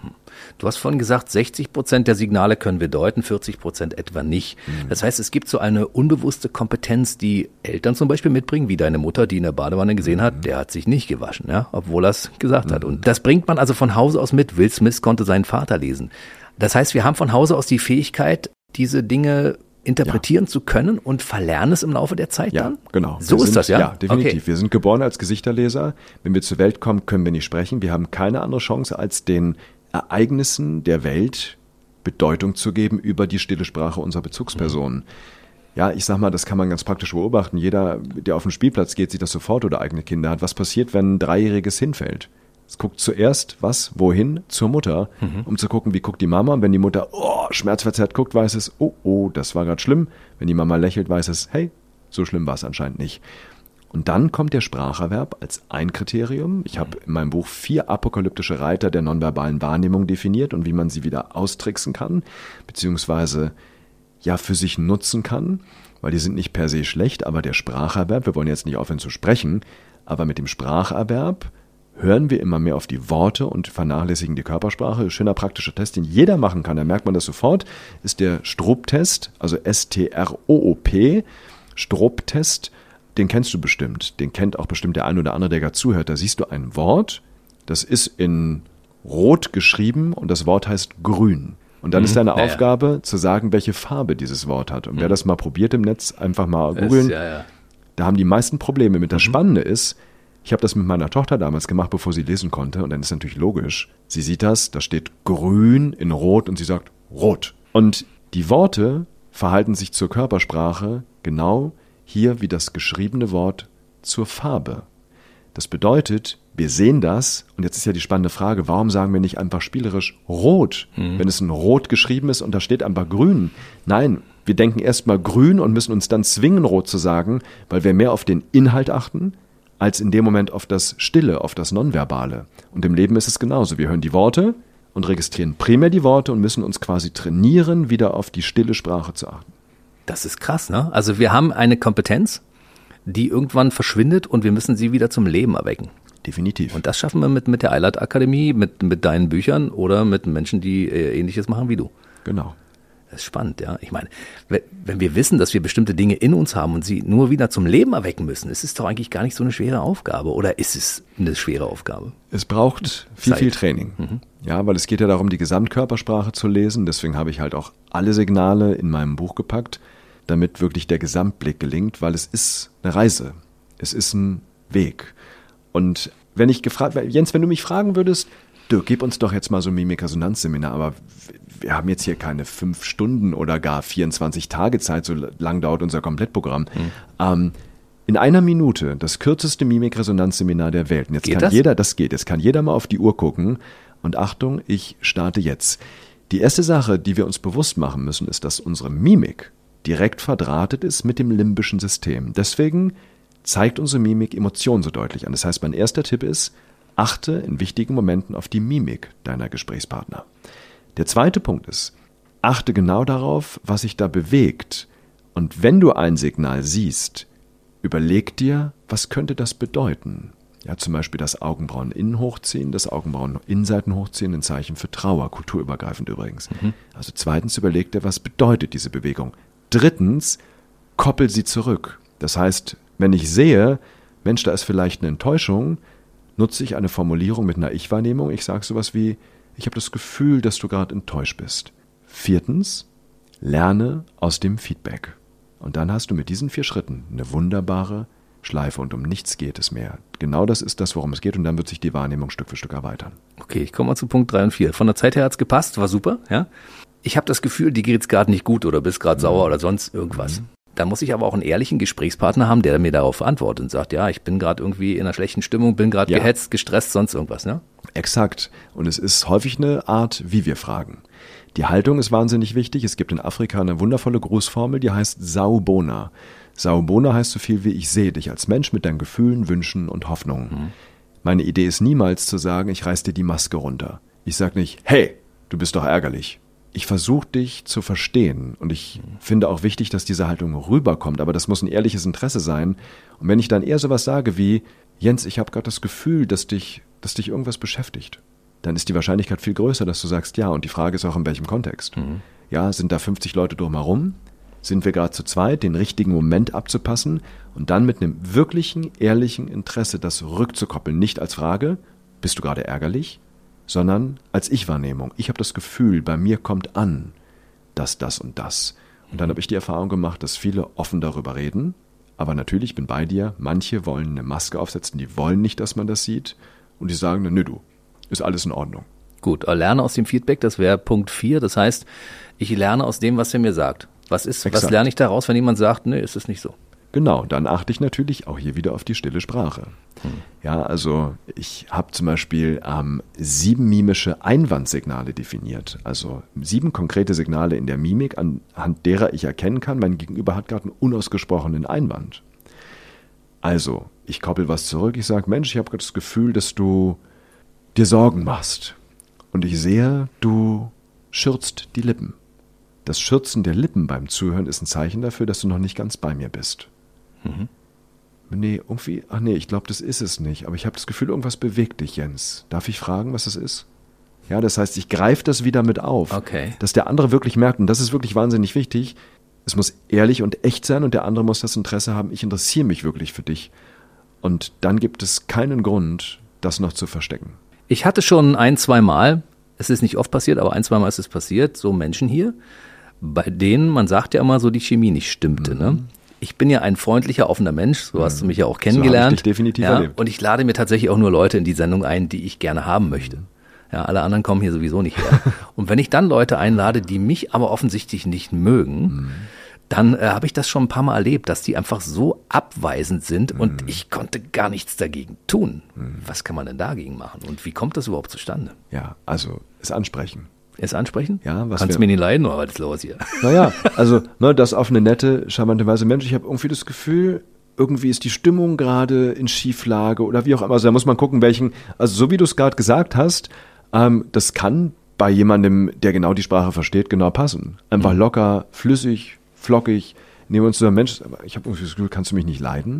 Du hast vorhin gesagt, sechzig Prozent der Signale können wir deuten, vierzig Prozent etwa nicht. Mhm. Das heißt, es gibt so eine unbewusste Kompetenz, die Eltern zum Beispiel mitbringen, wie deine Mutter, die in der Badewanne gesehen hat, mhm. der hat sich nicht gewaschen, ja, obwohl er es gesagt mhm. hat. Und das bringt man also von Hause aus mit. Will Smith konnte seinen Vater lesen. Das heißt, wir haben von Hause aus die Fähigkeit, diese Dinge interpretieren ja. zu können und verlernen es im Laufe der Zeit ja, dann? Ja, genau. So wir ist sind, das, ja? Ja, definitiv. Okay. Wir sind geboren als Gesichterleser. Wenn wir zur Welt kommen, können wir nicht sprechen. Wir haben keine andere Chance, als den Ereignissen der Welt Bedeutung zu geben über die stille Sprache unserer Bezugspersonen. Mhm. Ja, ich sag mal, das kann man ganz praktisch beobachten. Jeder, der auf den Spielplatz geht, sieht das sofort oder eigene Kinder hat. Was passiert, wenn ein Dreijähriges hinfällt? Es guckt zuerst, was, wohin? Zur Mutter, mhm. um zu gucken, wie guckt die Mama. Und wenn die Mutter oh, schmerzverzerrt guckt, weiß es, oh, oh, das war gerade schlimm. Wenn die Mama lächelt, weiß es, hey, so schlimm war es anscheinend nicht. Und dann kommt der Spracherwerb als ein Kriterium. Ich habe in meinem Buch vier apokalyptische Reiter der nonverbalen Wahrnehmung definiert und wie man sie wieder austricksen kann, beziehungsweise ja für sich nutzen kann, weil die sind nicht per se schlecht, aber der Spracherwerb, wir wollen jetzt nicht aufhören zu sprechen, aber mit dem Spracherwerb hören wir immer mehr auf die Worte und vernachlässigen die Körpersprache. Schöner praktischer Test, den jeder machen kann, da merkt man das sofort, ist der Stroop-Test, also S T R O O P, Stroop-Test. Den kennst du bestimmt, den kennt auch bestimmt der ein oder andere, der gerade zuhört. Da siehst du ein Wort, das ist in Rot geschrieben und das Wort heißt grün. Und dann mhm, ist deine ja, Aufgabe, ja. zu sagen, welche Farbe dieses Wort hat. Und mhm. wer das mal probiert im Netz, einfach mal googeln. Ja, ja. Da haben die meisten Probleme mit. Das mhm. Spannende ist, ich habe das mit meiner Tochter damals gemacht, bevor sie lesen konnte. Und dann ist natürlich logisch, sie sieht das, da steht grün in Rot und sie sagt rot. Und die Worte verhalten sich zur Körpersprache genau hier wie das geschriebene Wort zur Farbe. Das bedeutet, wir sehen das, und jetzt ist ja die spannende Frage, warum sagen wir nicht einfach spielerisch rot, mhm. wenn es in Rot geschrieben ist und da steht einfach grün? Nein, wir denken erstmal grün und müssen uns dann zwingen, rot zu sagen, weil wir mehr auf den Inhalt achten, als in dem Moment auf das Stille, auf das Nonverbale. Und im Leben ist es genauso. Wir hören die Worte und registrieren primär die Worte und müssen uns quasi trainieren, wieder auf die stille Sprache zu achten. Das ist krass, ne? Also wir haben eine Kompetenz, die irgendwann verschwindet und wir müssen sie wieder zum Leben erwecken. Definitiv. Und das schaffen wir mit, mit der Eilert-Akademie, mit, mit deinen Büchern oder mit Menschen, die äh, Ähnliches machen wie du. Genau. Das ist spannend, ja. Ich meine, wenn wir wissen, dass wir bestimmte Dinge in uns haben und sie nur wieder zum Leben erwecken müssen, ist es doch eigentlich gar nicht so eine schwere Aufgabe. Oder ist es eine schwere Aufgabe? Es braucht viel, Zeit. viel Training. Mhm. Ja, weil es geht ja darum, die Gesamtkörpersprache zu lesen. Deswegen habe ich halt auch alle Signale in meinem Buch gepackt, damit wirklich der Gesamtblick gelingt, weil es ist eine Reise. Es ist ein Weg. Und wenn ich gefragt, Jens, wenn du mich fragen würdest, du, gib uns doch jetzt mal so ein Mimik-Resonanz-Seminar, aber wir haben jetzt hier keine fünf Stunden oder gar vierundzwanzig Tage Zeit, so lang dauert unser Komplettprogramm. Mhm. Ähm, in einer Minute das kürzeste Mimik-Resonanz-Seminar der Welt. Und jetzt geht kann das? jeder, das geht, jetzt kann jeder mal auf die Uhr gucken und Achtung, ich starte jetzt. Die erste Sache, die wir uns bewusst machen müssen, ist, dass unsere Mimik direkt verdrahtet ist mit dem limbischen System. Deswegen zeigt unsere Mimik Emotionen so deutlich an. Das heißt, mein erster Tipp ist, achte in wichtigen Momenten auf die Mimik deiner Gesprächspartner. Der zweite Punkt ist, achte genau darauf, was sich da bewegt. Und wenn du ein Signal siehst, überleg dir, was könnte das bedeuten? Ja, zum Beispiel das Augenbrauen innen hochziehen, das Augenbrauen Innenseiten hochziehen, ein Zeichen für Trauer, kulturübergreifend übrigens. Mhm. Also zweitens überleg dir, was bedeutet diese Bewegung? Drittens, koppel sie zurück. Das heißt, wenn ich sehe, Mensch, da ist vielleicht eine Enttäuschung, nutze ich eine Formulierung mit einer Ich-Wahrnehmung. Ich sage sowas wie, ich habe das Gefühl, dass du gerade enttäuscht bist. Viertens, lerne aus dem Feedback. Und dann hast du mit diesen vier Schritten eine wunderbare Schleife und um nichts geht es mehr. Genau das ist das, worum es geht und dann wird sich die Wahrnehmung Stück für Stück erweitern. Okay, ich komme mal zu Punkt drei und vier. Von der Zeit her hat es gepasst, war super. Ja. Ich habe das Gefühl, dir geht es gerade nicht gut oder bist gerade mhm. sauer oder sonst irgendwas. Mhm. Dann muss ich aber auch einen ehrlichen Gesprächspartner haben, der mir darauf antwortet und sagt, ja, ich bin gerade irgendwie in einer schlechten Stimmung, bin gerade ja. gehetzt, gestresst, sonst irgendwas. Ne? Exakt. Und es ist häufig eine Art, wie wir fragen. Die Haltung ist wahnsinnig wichtig. Es gibt in Afrika eine wundervolle Grußformel, die heißt Sawubona. Sawubona heißt so viel wie ich sehe dich als Mensch mit deinen Gefühlen, Wünschen und Hoffnungen. Mhm. Meine Idee ist niemals zu sagen, ich reiß dir die Maske runter. Ich sage nicht, hey, du bist doch ärgerlich. Ich versuche dich zu verstehen und ich mhm. finde auch wichtig, dass diese Haltung rüberkommt, aber das muss ein ehrliches Interesse sein. Und wenn ich dann eher sowas sage wie, Jens, ich habe gerade das Gefühl, dass dich, dass dich irgendwas beschäftigt, dann ist die Wahrscheinlichkeit viel größer, dass du sagst ja. Und die Frage ist auch, in welchem Kontext. Mhm. Ja, sind da fünfzig Leute drumherum? Sind wir gerade zu zweit, den richtigen Moment abzupassen und dann mit einem wirklichen, ehrlichen Interesse das rückzukoppeln? Nicht als Frage, bist du gerade ärgerlich, sondern als Ich-Wahrnehmung. Ich habe das Gefühl, bei mir kommt an, dass das und das. Und dann habe ich die Erfahrung gemacht, dass viele offen darüber reden. Aber natürlich, ich bin bei dir, manche wollen eine Maske aufsetzen, die wollen nicht, dass man das sieht. Und die sagen, nö, du, ist alles in Ordnung. Gut, lerne aus dem Feedback, das wäre Punkt vier. Das heißt, ich lerne aus dem, was er mir sagt. Was ist, Exakt. Was lerne ich daraus, wenn jemand sagt, nee, ist es nicht so? Genau, dann achte ich natürlich auch hier wieder auf die stille Sprache. Hm. Ja, also ich habe zum Beispiel ähm, sieben mimische Einwandsignale definiert. Also sieben konkrete Signale in der Mimik, anhand derer ich erkennen kann, mein Gegenüber hat gerade einen unausgesprochenen Einwand. Also, ich koppel was zurück, ich sage, Mensch, ich habe gerade das Gefühl, dass du dir Sorgen machst. Und ich sehe, du schürzt die Lippen. Das Schürzen der Lippen beim Zuhören ist ein Zeichen dafür, dass du noch nicht ganz bei mir bist. Mhm. Nee, irgendwie, ach nee, ich glaube, das ist es nicht. Aber ich habe das Gefühl, irgendwas bewegt dich, Jens. Darf ich fragen, was das ist? Ja, das heißt, ich greife das wieder mit auf. Okay. Dass der andere wirklich merkt, und das ist wirklich wahnsinnig wichtig, es muss ehrlich und echt sein und der andere muss das Interesse haben, ich interessiere mich wirklich für dich. Und dann gibt es keinen Grund, das noch zu verstecken. Ich hatte schon ein, zwei Mal, es ist nicht oft passiert, aber ein, zwei Mal ist es passiert, so Menschen hier, bei denen, man sagt ja immer so, die Chemie nicht stimmte. Mhm. Ne? Ich bin ja ein freundlicher, offener Mensch, so hast du mich ja auch kennengelernt. So habe ich dich definitiv ja, erlebt. Und ich lade mir tatsächlich auch nur Leute in die Sendung ein, die ich gerne haben möchte. Ja, alle anderen kommen hier sowieso nicht her. Und wenn ich dann Leute einlade, die mich aber offensichtlich nicht mögen, mhm. dann äh, habe ich das schon ein paar Mal erlebt, dass die einfach so abweisend sind mhm. und ich konnte gar nichts dagegen tun. Mhm. Was kann man denn dagegen machen? Und wie kommt das überhaupt zustande? Ja, also es ansprechen. Es ansprechen? Ja, was Kannst du mir nicht leiden, oder was ist los hier? Naja, also ne, das auf eine nette, charmante Weise. Mensch, ich habe irgendwie das Gefühl, irgendwie ist die Stimmung gerade in Schieflage oder wie auch immer. Also da muss man gucken, welchen, also so wie du es gerade gesagt hast, ähm, das kann bei jemandem, der genau die Sprache versteht, genau passen. Einfach mhm. locker, flüssig, flockig, nehmen wir uns zusammen, Mensch, ich habe irgendwie das Gefühl, kannst du mich nicht leiden?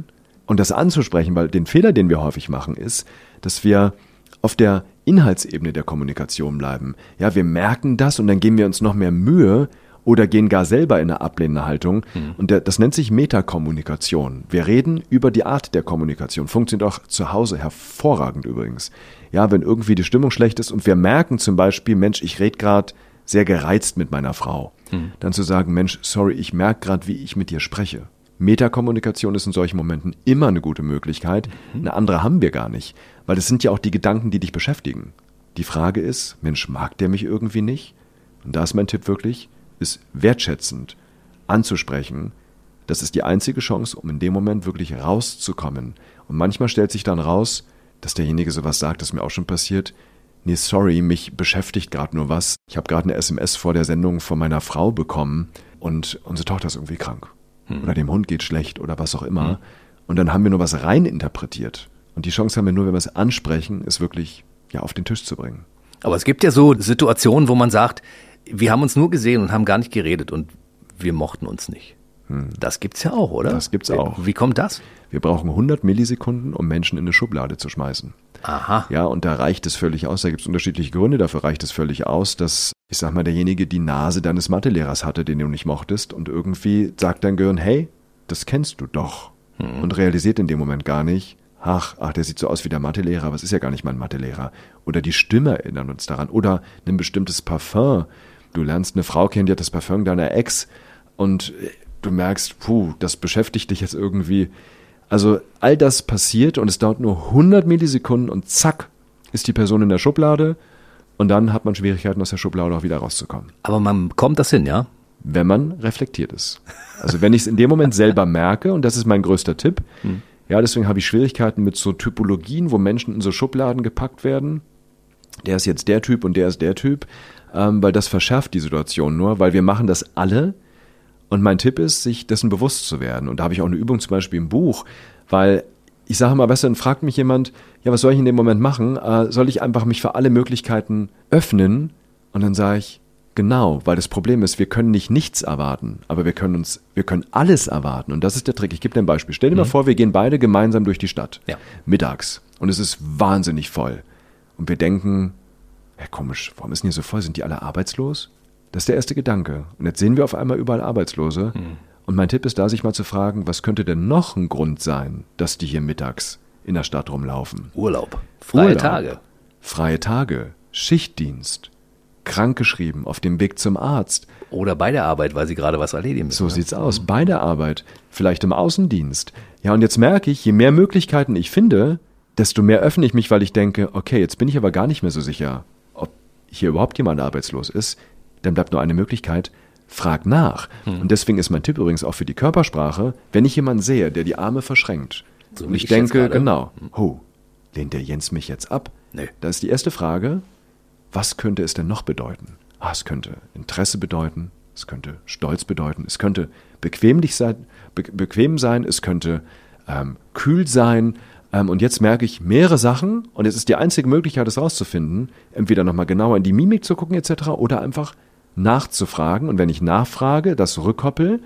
Und das anzusprechen, weil den Fehler, den wir häufig machen, ist, dass wir auf der Inhaltsebene der Kommunikation bleiben. Ja, wir merken das und dann geben wir uns noch mehr Mühe oder gehen gar selber in eine ablehnende Haltung. Mhm. Und der, das nennt sich Metakommunikation. Wir reden über die Art der Kommunikation. Funktioniert auch zu Hause hervorragend übrigens. Ja, wenn irgendwie die Stimmung schlecht ist und wir merken zum Beispiel, Mensch, ich rede gerade sehr gereizt mit meiner Frau. Mhm. Dann zu sagen, Mensch, sorry, ich merke gerade, wie ich mit dir spreche. Metakommunikation ist in solchen Momenten immer eine gute Möglichkeit. Mhm. Eine andere haben wir gar nicht. Weil das sind ja auch die Gedanken, die dich beschäftigen. Die Frage ist, Mensch, mag der mich irgendwie nicht? Und da ist mein Tipp wirklich, ist wertschätzend anzusprechen. Das ist die einzige Chance, um in dem Moment wirklich rauszukommen. Und manchmal stellt sich dann raus, dass derjenige sowas sagt, das ist mir auch schon passiert. Nee, sorry, mich beschäftigt gerade nur was. Ich habe gerade eine S M S vor der Sendung von meiner Frau bekommen und unsere Tochter ist irgendwie krank. Hm. Oder dem Hund geht schlecht oder was auch immer. Hm. Und dann haben wir nur was rein interpretiert. Und die Chance haben wir nur, wenn wir es ansprechen, es wirklich ja, auf den Tisch zu bringen. Aber es gibt ja so Situationen, wo man sagt, wir haben uns nur gesehen und haben gar nicht geredet und wir mochten uns nicht. Hm. Das gibt's ja auch, oder? Das gibt's auch. Wie kommt das? Wir brauchen hundert Millisekunden, um Menschen in eine Schublade zu schmeißen. Aha. Ja, und da reicht es völlig aus. Da gibt es unterschiedliche Gründe. Dafür reicht es völlig aus, dass, ich sag mal, derjenige die Nase deines Mathelehrers hatte, den du nicht mochtest. Und irgendwie sagt dein Gehirn, hey, das kennst du doch. Hm. Und realisiert in dem Moment gar nicht, ach, ach, der sieht so aus wie der Mathelehrer, aber es ist ja gar nicht mein Mathelehrer. Oder die Stimme erinnert uns daran. Oder ein bestimmtes Parfum. Du lernst eine Frau kennen, die hat das Parfum deiner Ex und du merkst, puh, das beschäftigt dich jetzt irgendwie. Also all das passiert und es dauert nur hundert Millisekunden und zack, ist die Person in der Schublade und dann hat man Schwierigkeiten, aus der Schublade auch wieder rauszukommen. Aber man bekommt das hin, ja? Wenn man reflektiert ist. Also wenn ich es in dem Moment selber merke, und das ist mein größter Tipp, hm. ja, deswegen habe ich Schwierigkeiten mit so Typologien, wo Menschen in so Schubladen gepackt werden. Der ist jetzt der Typ und der ist der Typ, ähm, weil das verschärft die Situation nur, weil wir machen das alle. Und mein Tipp ist, sich dessen bewusst zu werden. Und da habe ich auch eine Übung zum Beispiel im Buch, weil ich sage mal, weißt du, dann fragt mich jemand, ja, was soll ich in dem Moment machen? Äh, soll ich einfach mich für alle Möglichkeiten öffnen? Und dann sage ich, genau, weil das Problem ist, wir können nicht nichts erwarten, aber wir können uns, wir können alles erwarten. Und das ist der Trick. Ich gebe dir ein Beispiel. Stell dir mhm. mal vor, wir gehen beide gemeinsam durch die Stadt. Ja. Mittags. Und es ist wahnsinnig voll. Und wir denken, ja, komisch, warum ist denn hier so voll? Sind die alle arbeitslos? Das ist der erste Gedanke. Und jetzt sehen wir auf einmal überall Arbeitslose. Mhm. Und mein Tipp ist da, sich mal zu fragen, was könnte denn noch ein Grund sein, dass die hier mittags in der Stadt rumlaufen? Urlaub. Freie Urlaub, Tage. Freie Tage. Schichtdienst. Krankgeschrieben, auf dem Weg zum Arzt. Oder bei der Arbeit, weil sie gerade was erledigen müssen. So sieht's aus. Bei der Arbeit. Vielleicht im Außendienst. Ja, und jetzt merke ich, je mehr Möglichkeiten ich finde, desto mehr öffne ich mich, weil ich denke, okay, jetzt bin ich aber gar nicht mehr so sicher, ob hier überhaupt jemand arbeitslos ist. Dann bleibt nur eine Möglichkeit, frag nach. Hm. Und deswegen ist mein Tipp übrigens auch für die Körpersprache, wenn ich jemanden sehe, der die Arme verschränkt, so und ich, ich denke, genau, oh, lehnt der Jens mich jetzt ab? Nee. Da ist die erste Frage, was könnte es denn noch bedeuten? Ah, es könnte Interesse bedeuten, es könnte Stolz bedeuten, es könnte bequemlich sein, be- bequem sein, es könnte ähm, kühl sein. Ähm, und jetzt merke ich mehrere Sachen und es ist die einzige Möglichkeit, es rauszufinden, entweder nochmal genauer in die Mimik zu gucken et cetera oder einfach nachzufragen. Und wenn ich nachfrage, das rückkoppel,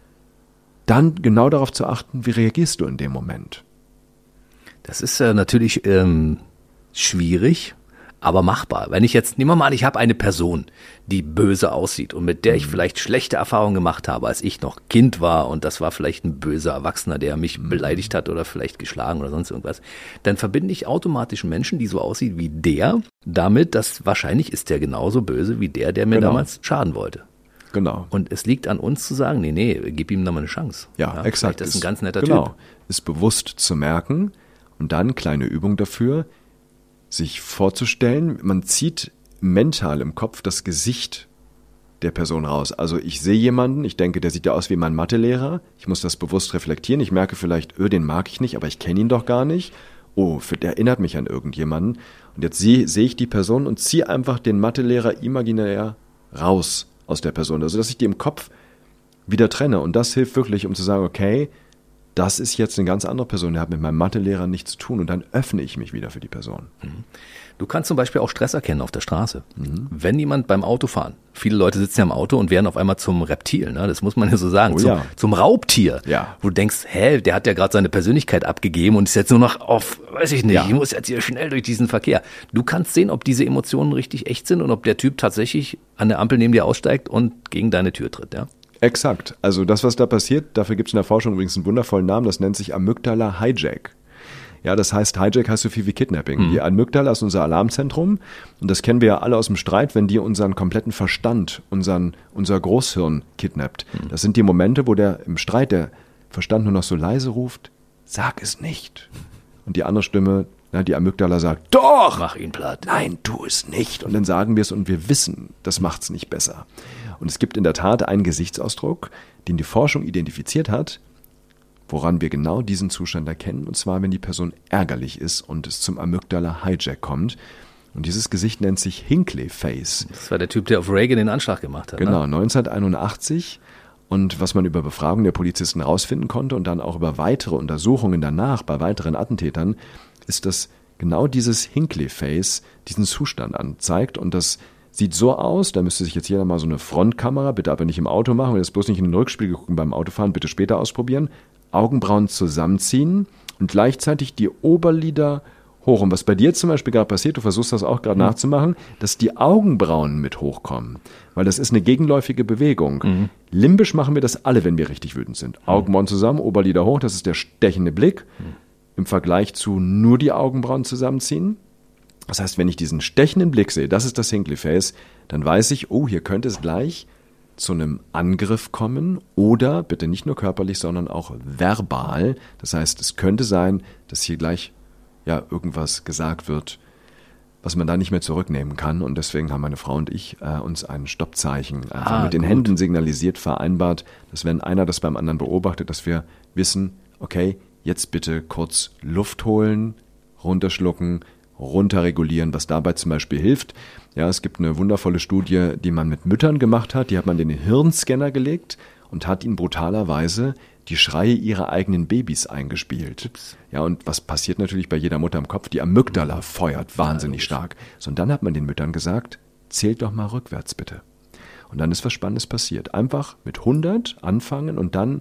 dann genau darauf zu achten, wie reagierst du in dem Moment. Das ist äh, natürlich ähm, schwierig, aber machbar. Wenn ich jetzt, nehmen wir mal an, ich habe eine Person, die böse aussieht und mit der ich vielleicht schlechte Erfahrungen gemacht habe, als ich noch Kind war und das war vielleicht ein böser Erwachsener, der mich beleidigt hat oder vielleicht geschlagen oder sonst irgendwas, dann verbinde ich automatisch einen Menschen, die so aussieht wie der, damit, dass wahrscheinlich ist der genauso böse wie der, der mir genau. damals schaden wollte. Genau. Und es liegt an uns zu sagen, nee, nee, gib ihm nochmal eine Chance. Ja, ja exakt. Das ist ein ganz netter genau. Typ. Ist bewusst zu merken und dann kleine Übung dafür, sich vorzustellen, man zieht mental im Kopf das Gesicht der Person raus. Also ich sehe jemanden, ich denke, der sieht ja aus wie mein Mathelehrer, ich muss das bewusst reflektieren, ich merke vielleicht, öh, den mag ich nicht, aber ich kenne ihn doch gar nicht. Oh, der erinnert mich an irgendjemanden. Und jetzt sehe, sehe ich die Person und ziehe einfach den Mathelehrer imaginär raus aus der Person. Also dass ich die im Kopf wieder trenne. Und das hilft wirklich, um zu sagen, okay, das ist jetzt eine ganz andere Person, der hat mit meinem Mathelehrer nichts zu tun und dann öffne ich mich wieder für die Person. Du kannst zum Beispiel auch Stress erkennen auf der Straße. Mhm. Wenn jemand beim Autofahren, viele Leute sitzen ja im Auto und werden auf einmal zum Reptil, ne? Das muss man ja so sagen, oh, zum, ja. zum Raubtier, ja. wo du denkst, hä, der hat ja gerade seine Persönlichkeit abgegeben und ist jetzt nur noch auf, weiß ich nicht, ja. ich muss jetzt hier schnell durch diesen Verkehr. Du kannst sehen, ob diese Emotionen richtig echt sind und ob der Typ tatsächlich an der Ampel neben dir aussteigt und gegen deine Tür tritt, ja? Exakt. Also das, was da passiert, dafür gibt es in der Forschung übrigens einen wundervollen Namen, das nennt sich Amygdala Hijack. Ja, das heißt, Hijack heißt so viel wie Kidnapping. Mhm. Die Amygdala ist unser Alarmzentrum und das kennen wir ja alle aus dem Streit, wenn die unseren kompletten Verstand, unseren, unser Großhirn kidnappt. Mhm. Das sind die Momente, wo der im Streit der Verstand nur noch so leise ruft, sag es nicht. Und die andere Stimme, na, die Amygdala sagt, doch! Mach ihn platt. Nein, tu es nicht. Und dann sagen wir es und wir wissen, das macht's nicht besser. Und es gibt in der Tat einen Gesichtsausdruck, den die Forschung identifiziert hat, woran wir genau diesen Zustand erkennen, und zwar, wenn die Person ärgerlich ist und es zum Amygdala-Hijack kommt. Und dieses Gesicht nennt sich Hinckley Face. Das war der Typ, der auf Reagan den Anschlag gemacht hat. Genau, ne? neunzehnhunderteinundachtzig. Und was man über Befragung der Polizisten rausfinden konnte und dann auch über weitere Untersuchungen danach bei weiteren Attentätern, ist, dass genau dieses Hinckley Face diesen Zustand anzeigt. Und das sieht so aus, da müsste sich jetzt jeder mal so eine Frontkamera, bitte aber nicht im Auto machen, jetzt bloß nicht in den Rückspiegel gucken beim Autofahren, bitte später ausprobieren, Augenbrauen zusammenziehen und gleichzeitig die Oberlider hoch. Und was bei dir zum Beispiel gerade passiert, du versuchst das auch gerade mhm. nachzumachen, dass die Augenbrauen mit hochkommen, weil das ist eine gegenläufige Bewegung. Mhm. Limbisch machen wir das alle, wenn wir richtig wütend sind. Mhm. Augenbrauen zusammen, Oberlider hoch, das ist der stechende Blick. Mhm. Im Vergleich zu nur die Augenbrauen zusammenziehen. Das heißt, wenn ich diesen stechenden Blick sehe, das ist das Hinckley Face, dann weiß ich, oh, hier könnte es gleich zu einem Angriff kommen oder, bitte nicht nur körperlich, sondern auch verbal. Das heißt, es könnte sein, dass hier gleich ja irgendwas gesagt wird, was man da nicht mehr zurücknehmen kann. Und deswegen haben meine Frau und ich äh, uns ein Stoppzeichen einfach ah, mit den gut. Händen signalisiert, vereinbart, dass wenn einer das beim anderen beobachtet, dass wir wissen, okay, jetzt bitte kurz Luft holen, runterschlucken, runterregulieren, was dabei zum Beispiel hilft. Ja, es gibt eine wundervolle Studie, die man mit Müttern gemacht hat, die hat man in den Hirnscanner gelegt und hat ihnen brutalerweise die Schreie ihrer eigenen Babys eingespielt. Ups. Ja, und was passiert natürlich bei jeder Mutter im Kopf? Die Amygdala feuert wahnsinnig ja, stark. So, und dann hat man den Müttern gesagt, zählt doch mal rückwärts bitte. Und dann ist was Spannendes passiert. Einfach mit hundert anfangen und dann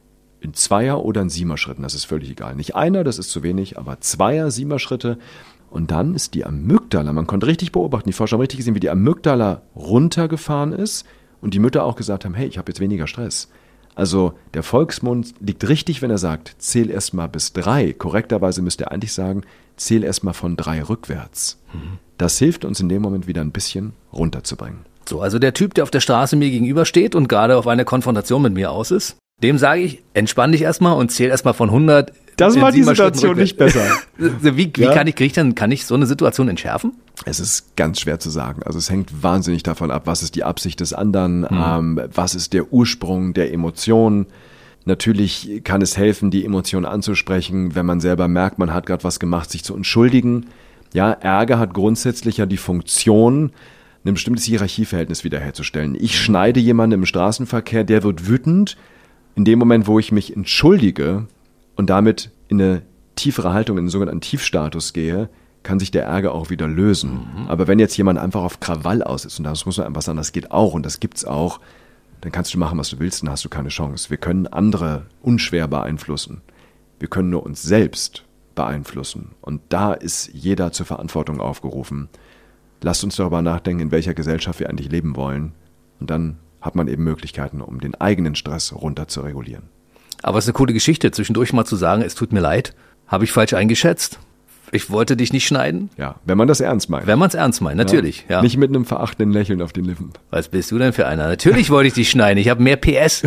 in Zweier- oder in Siemer-Schritten, das ist völlig egal. Nicht einer, das ist zu wenig, aber Zweier-, Siemer-Schritte. Und dann ist die Amygdala, man konnte richtig beobachten, die Forscher haben richtig gesehen, wie die Amygdala runtergefahren ist und die Mütter auch gesagt haben, hey, ich habe jetzt weniger Stress. Also der Volksmund liegt richtig, wenn er sagt, zähl erst mal bis drei. Korrekterweise müsste er eigentlich sagen, zähl erst mal von drei rückwärts. Mhm. Das hilft uns in dem Moment wieder ein bisschen runterzubringen. So, also der Typ, der auf der Straße mir gegenübersteht und gerade auf eine Konfrontation mit mir aus ist, dem sage ich, entspann dich erstmal und zähl erstmal von hundert. Das macht die Situation nicht besser. Wie, wie ja? kann ich, krieg ich dann, kann ich so eine Situation entschärfen? Es ist ganz schwer zu sagen. Also es hängt wahnsinnig davon ab, was ist die Absicht des anderen, hm. ähm, was ist der Ursprung der Emotion. Natürlich kann es helfen, die Emotion anzusprechen, wenn man selber merkt, man hat gerade was gemacht, sich zu entschuldigen. Ja, Ärger hat grundsätzlich ja die Funktion, ein bestimmtes Hierarchieverhältnis wiederherzustellen. Ich schneide jemanden im Straßenverkehr, der wird wütend. In dem Moment, wo ich mich entschuldige und damit in eine tiefere Haltung, in den sogenannten Tiefstatus gehe, kann sich der Ärger auch wieder lösen. Mhm. Aber wenn jetzt jemand einfach auf Krawall aus ist, und das muss man einfach sagen, das geht auch und das gibt's auch, dann kannst du machen, was du willst, dann hast du keine Chance. Wir können andere unschwer beeinflussen. Wir können nur uns selbst beeinflussen. Und da ist jeder zur Verantwortung aufgerufen. Lasst uns darüber nachdenken, in welcher Gesellschaft wir eigentlich leben wollen. Und dann hat man eben Möglichkeiten, um den eigenen Stress runter zu regulieren. Aber es ist eine coole Geschichte, zwischendurch mal zu sagen, es tut mir leid, habe ich falsch eingeschätzt. Ich wollte dich nicht schneiden. Ja, wenn man das ernst meint. Wenn man es ernst meint, natürlich. Ja. Ja. Nicht mit einem verachtenden Lächeln auf den Lippen. Was bist du denn für einer? Natürlich wollte ich dich schneiden, ich habe mehr P S.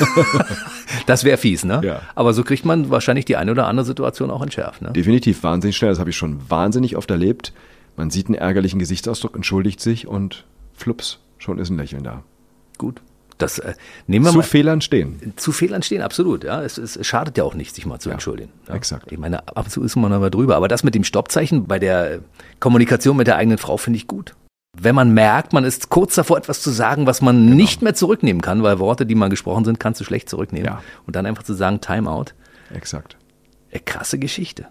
Das wäre fies, ne? Ja. Aber so kriegt man wahrscheinlich die eine oder andere Situation auch entschärft. Ne? Definitiv wahnsinnig schnell, das habe ich schon wahnsinnig oft erlebt. Man sieht einen ärgerlichen Gesichtsausdruck, entschuldigt sich und flups, schon ist ein Lächeln da. Gut. Das, äh, nehmen wir zu mal, Fehlern stehen. Zu Fehlern stehen, absolut. Ja, es, es schadet ja auch nicht, sich mal zu ja, entschuldigen. Ja. Exakt. Ich meine, ab und zu ist man aber drüber. Aber das mit dem Stoppzeichen bei der Kommunikation mit der eigenen Frau finde ich gut. Wenn man merkt, man ist kurz davor, etwas zu sagen, was man genau. nicht mehr zurücknehmen kann, weil Worte, die mal gesprochen sind, kannst du schlecht zurücknehmen. Ja. Und dann einfach zu sagen, Timeout. exakt. Äh, krasse Geschichte.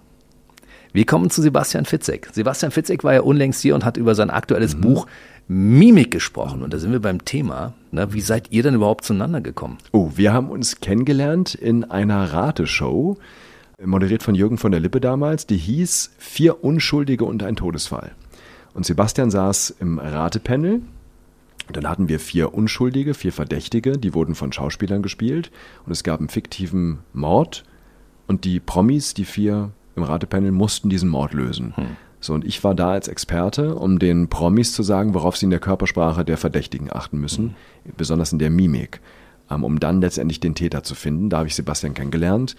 Wir kommen zu Sebastian Fitzek. Sebastian Fitzek war ja unlängst hier und hat über sein aktuelles mhm. Buch Mimik gesprochen. Und da sind wir beim Thema. Na, wie seid ihr denn überhaupt zueinander gekommen? Oh, wir haben uns kennengelernt in einer Rateshow, moderiert von Jürgen von der Lippe damals, die hieß Vier Unschuldige und ein Todesfall. Und Sebastian saß im Ratepanel. Und dann hatten wir vier Unschuldige, vier Verdächtige, die wurden von Schauspielern gespielt. Und es gab einen fiktiven Mord. Und die Promis, die vier im Ratepanel, mussten diesen Mord lösen. Hm. So, und ich war da als Experte, um den Promis zu sagen, worauf sie in der Körpersprache der Verdächtigen achten müssen, hm. besonders in der Mimik, um dann letztendlich den Täter zu finden. Da habe ich Sebastian kennengelernt.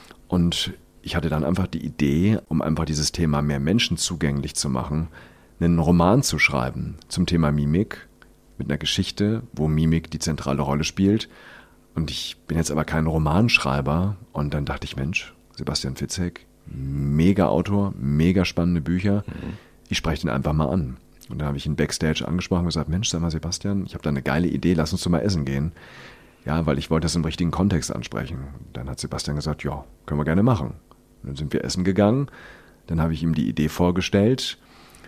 Und ich hatte dann einfach die Idee, um einfach dieses Thema mehr Menschen zugänglich zu machen, einen Roman zu schreiben zum Thema Mimik, mit einer Geschichte, wo Mimik die zentrale Rolle spielt. Und ich bin jetzt aber kein Romanschreiber. Und dann dachte ich, Mensch, Sebastian Fitzek, mega Autor, mega spannende Bücher. Mhm. Ich spreche den einfach mal an. Und dann habe ich ihn Backstage angesprochen und gesagt, Mensch, sag mal Sebastian, ich habe da eine geile Idee, lass uns doch mal essen gehen. Ja, weil ich wollte das im richtigen Kontext ansprechen. Dann hat Sebastian gesagt, ja, können wir gerne machen. Und dann sind wir essen gegangen. Dann habe ich ihm die Idee vorgestellt.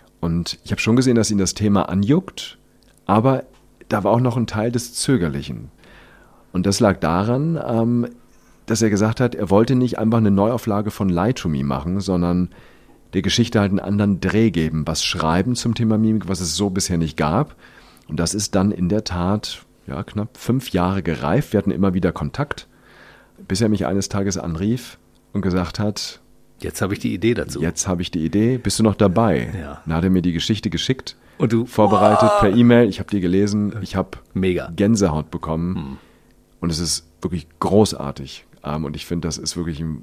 Und ich habe schon gesehen, dass ihn das Thema anjuckt. Aber da war auch noch ein Teil des Zögerlichen. Und das lag daran, ähm, dass er gesagt hat, er wollte nicht einfach eine Neuauflage von Lie to Me machen, sondern der Geschichte halt einen anderen Dreh geben, was schreiben zum Thema Mimik, was es so bisher nicht gab. Und das ist dann in der Tat ja, knapp fünf Jahre gereift. Wir hatten immer wieder Kontakt, bis er mich eines Tages anrief und gesagt hat, jetzt habe ich die Idee dazu. Jetzt habe ich die Idee, bist du noch dabei? Ja. Dann hat er mir die Geschichte geschickt, und du, vorbereitet oh. per E-Mail. Ich habe die gelesen, ich habe Mega. Gänsehaut bekommen. Hm. Und es ist wirklich großartig. Und ich finde, das ist wirklich ein,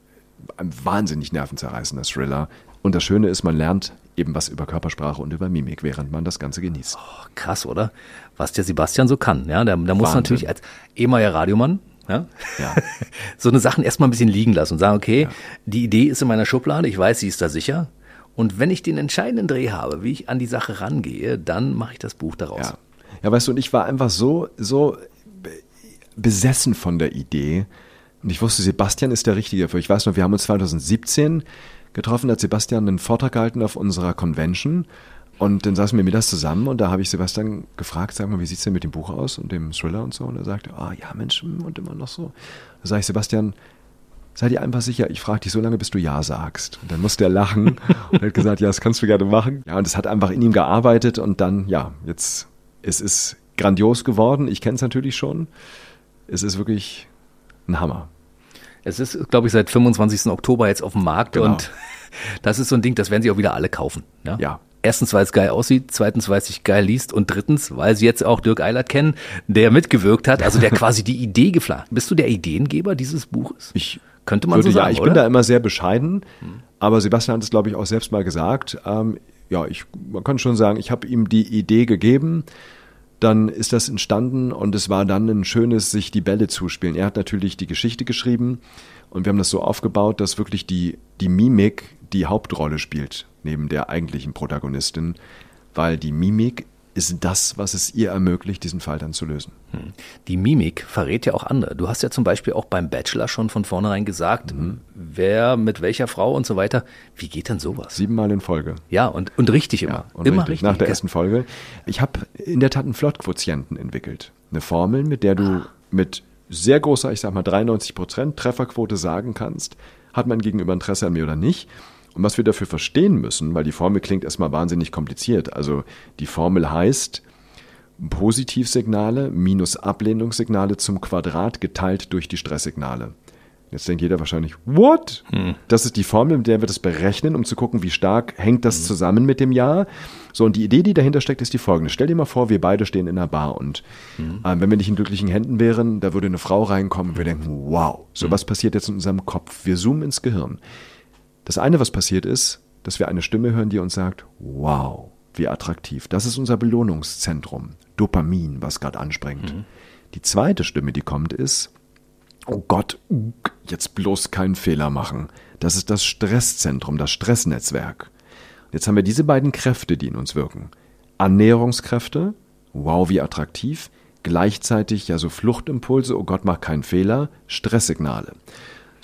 ein wahnsinnig nervenzerreißender Thriller. Und das Schöne ist, man lernt eben was über Körpersprache und über Mimik, während man das Ganze genießt. Oh, krass, oder? Was der Sebastian so kann. Ja, der, der muss natürlich als ehemaliger Radiomann ja, ja. so eine Sachen erstmal ein bisschen liegen lassen und sagen, okay, ja. die Idee ist in meiner Schublade, ich weiß, sie ist da sicher. Und wenn ich den entscheidenden Dreh habe, wie ich an die Sache rangehe, dann mache ich das Buch daraus. Ja, ja, weißt du, und ich war einfach so, so besessen von der Idee. Und ich wusste, Sebastian ist der Richtige dafür. Ich weiß noch, wir haben uns zwanzig siebzehn getroffen, da hat Sebastian einen Vortrag gehalten auf unserer Convention. Und dann saßen wir mittags zusammen und da habe ich Sebastian gefragt, sag mal, wie sieht es denn mit dem Buch aus und dem Thriller und so? Und er sagte, ah ja, Mensch, und immer noch so. Da sage ich, Sebastian, sei dir einfach sicher, ich frage dich so lange, bis du Ja sagst. Und dann musste er lachen und hat gesagt, ja, das kannst du gerne machen. Ja, und es hat einfach in ihm gearbeitet und dann, ja, jetzt, es ist grandios geworden. Ich kenne es natürlich schon. Es ist wirklich ein Hammer. Es ist, glaube ich, seit fünfundzwanzigsten Oktober jetzt auf dem Markt Genau. und das ist so ein Ding, das werden sie auch wieder alle kaufen. Ja. Ja. Erstens, weil es geil aussieht, zweitens, weil es sich geil liest und drittens, weil sie jetzt auch Dirk Eilert kennen, der mitgewirkt hat, also der quasi die Idee geplant. Bist du der Ideengeber dieses Buches? Ich Könnte man würde, so sagen, ja, ich oder? bin da immer sehr bescheiden, hm. aber Sebastian hat es, glaube ich, auch selbst mal gesagt. Ähm, ja, ich, man kann schon sagen, ich habe ihm die Idee gegeben, dann ist das entstanden und es war dann ein schönes, sich die Bälle zuspielen. Er hat natürlich die Geschichte geschrieben und wir haben das so aufgebaut, dass wirklich die, die Mimik die Hauptrolle spielt, neben der eigentlichen Protagonistin, weil die Mimik ist das, was es ihr ermöglicht, diesen Fall dann zu lösen. Die Mimik verrät ja auch andere. Du hast ja zum Beispiel auch beim Bachelor schon von vornherein gesagt, mhm. wer mit welcher Frau und so weiter. Wie geht denn sowas? Siebenmal in Folge. Ja, und, und richtig immer. Ja, und immer richtig. richtig. Nach der ersten Folge. Ich habe in der Tat einen Flott-Quotienten entwickelt. Eine Formel, mit der du ah. mit sehr großer, ich sag mal dreiundneunzig Prozent Trefferquote sagen kannst, hat mein Gegenüber Interesse an mir oder nicht. Und was wir dafür verstehen müssen, weil die Formel klingt erstmal wahnsinnig kompliziert. Also die Formel heißt Positivsignale minus Ablehnungssignale zum Quadrat geteilt durch die Stresssignale. Jetzt denkt jeder wahrscheinlich, what? Hm. Das ist die Formel, mit der wir das berechnen, um zu gucken, wie stark hängt das hm. zusammen mit dem Ja. So, und die Idee, die dahinter steckt, ist die folgende. Stell dir mal vor, wir beide stehen in einer Bar und hm. äh, wenn wir nicht in glücklichen Händen wären, da würde eine Frau reinkommen und wir denken, wow, so hm. was passiert jetzt in unserem Kopf? Wir zoomen ins Gehirn. Das eine, was passiert ist, dass wir eine Stimme hören, die uns sagt, wow, wie attraktiv. Das ist unser Belohnungszentrum. Dopamin, was gerade anspringt. Mhm. Die zweite Stimme, die kommt, ist, oh Gott, jetzt bloß keinen Fehler machen. Das ist das Stresszentrum, das Stressnetzwerk. Und jetzt haben wir diese beiden Kräfte, die in uns wirken. Annäherungskräfte, wow, wie attraktiv. Gleichzeitig ja so Fluchtimpulse, oh Gott, mach keinen Fehler. Stresssignale.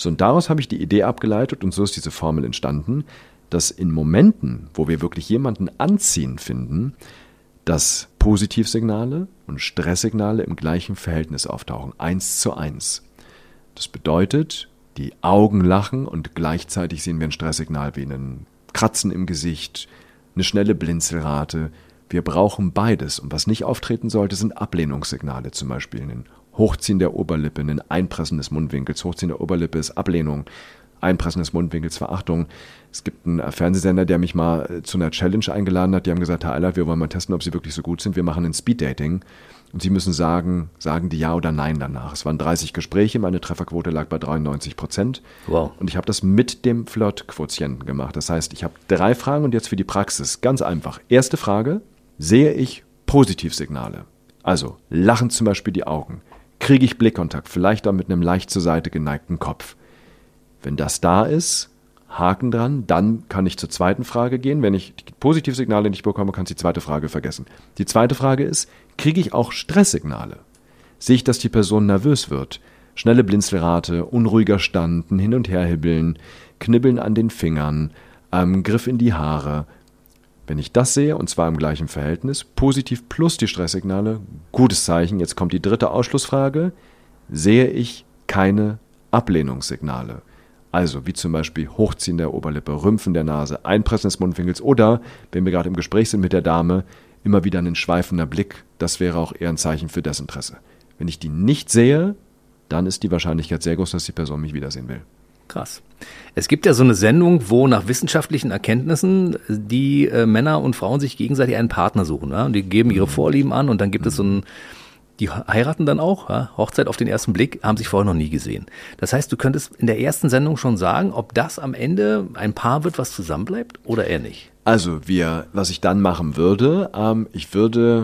So, und daraus habe ich die Idee abgeleitet und so ist diese Formel entstanden, dass in Momenten, wo wir wirklich jemanden anziehen finden, dass Positivsignale und Stresssignale im gleichen Verhältnis auftauchen, eins zu eins. Das bedeutet, die Augen lachen und gleichzeitig sehen wir ein Stresssignal wie ein Kratzen im Gesicht, eine schnelle Blinzelrate. Wir brauchen beides. Und was nicht auftreten sollte, sind Ablehnungssignale, zum Beispiel ein Hochziehen der Oberlippe, ein Einpressen des Mundwinkels. Hochziehen der Oberlippe ist Ablehnung, Einpressen des Mundwinkels Verachtung. Es gibt einen Fernsehsender, der mich mal zu einer Challenge eingeladen hat. Die haben gesagt, Herr Eilert, wir wollen mal testen, ob Sie wirklich so gut sind. Wir machen ein Speeddating. Und Sie müssen sagen, sagen die Ja oder Nein danach. Es waren dreißig Gespräche, meine Trefferquote lag bei dreiundneunzig Prozent. Wow. Und ich habe das mit dem Flirt-Quotienten gemacht. Das heißt, ich habe drei Fragen und jetzt für die Praxis. Ganz einfach. Erste Frage, sehe ich Positivsignale? Also, lachen zum Beispiel die Augen. Kriege ich Blickkontakt, vielleicht auch mit einem leicht zur Seite geneigten Kopf? Wenn das da ist, Haken dran, dann kann ich zur zweiten Frage gehen. Wenn ich die Positivsignale nicht bekomme, kann ich die zweite Frage vergessen. Die zweite Frage ist, kriege ich auch Stresssignale? Sehe ich, dass die Person nervös wird? Schnelle Blinzelrate, unruhiger Stand, ein Hin- und Herhibbeln, Knibbeln an den Fingern, ähm, Griff in die Haare. Wenn ich das sehe, und zwar im gleichen Verhältnis, positiv plus die Stresssignale, gutes Zeichen. Jetzt kommt die dritte Ausschlussfrage. Sehe ich keine Ablehnungssignale? Also wie zum Beispiel Hochziehen der Oberlippe, Rümpfen der Nase, Einpressen des Mundwinkels oder, wenn wir gerade im Gespräch sind mit der Dame, immer wieder ein schweifender Blick. Das wäre auch eher ein Zeichen für Desinteresse. Wenn ich die nicht sehe, dann ist die Wahrscheinlichkeit sehr groß, dass die Person mich wiedersehen will. Krass. Es gibt ja so eine Sendung, wo nach wissenschaftlichen Erkenntnissen die äh, Männer und Frauen sich gegenseitig einen Partner suchen. Ja? Und die geben ihre Vorlieben an und dann gibt es so ein, die heiraten dann auch, ja? Hochzeit auf den ersten Blick, haben sich vorher noch nie gesehen. Das heißt, du könntest in der ersten Sendung schon sagen, ob das am Ende ein Paar wird, was zusammenbleibt oder eher nicht. Also wir, was ich dann machen würde, ähm, ich würde...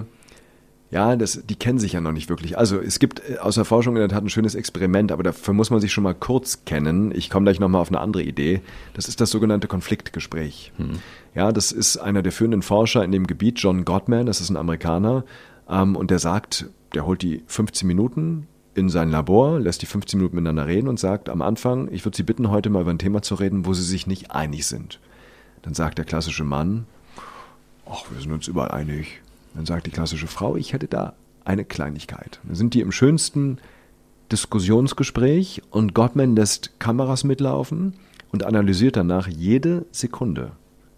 Ja, das, die kennen sich ja noch nicht wirklich. Also es gibt aus der Forschung in der Tat ein schönes Experiment, aber dafür muss man sich schon mal kurz kennen. Ich komme gleich nochmal auf eine andere Idee. Das ist das sogenannte Konfliktgespräch. Hm. Ja, das ist einer der führenden Forscher in dem Gebiet, John Gottman, das ist ein Amerikaner. Ähm, und der sagt, der holt die fünfzehn Minuten in sein Labor, lässt die fünfzehn Minuten miteinander reden und sagt am Anfang, ich würde Sie bitten, heute mal über ein Thema zu reden, wo Sie sich nicht einig sind. Dann sagt der klassische Mann, ach, wir sind uns überall einig. Dann sagt die klassische Frau, ich hätte da eine Kleinigkeit. Dann sind die im schönsten Diskussionsgespräch und Gottman lässt Kameras mitlaufen und analysiert danach jede Sekunde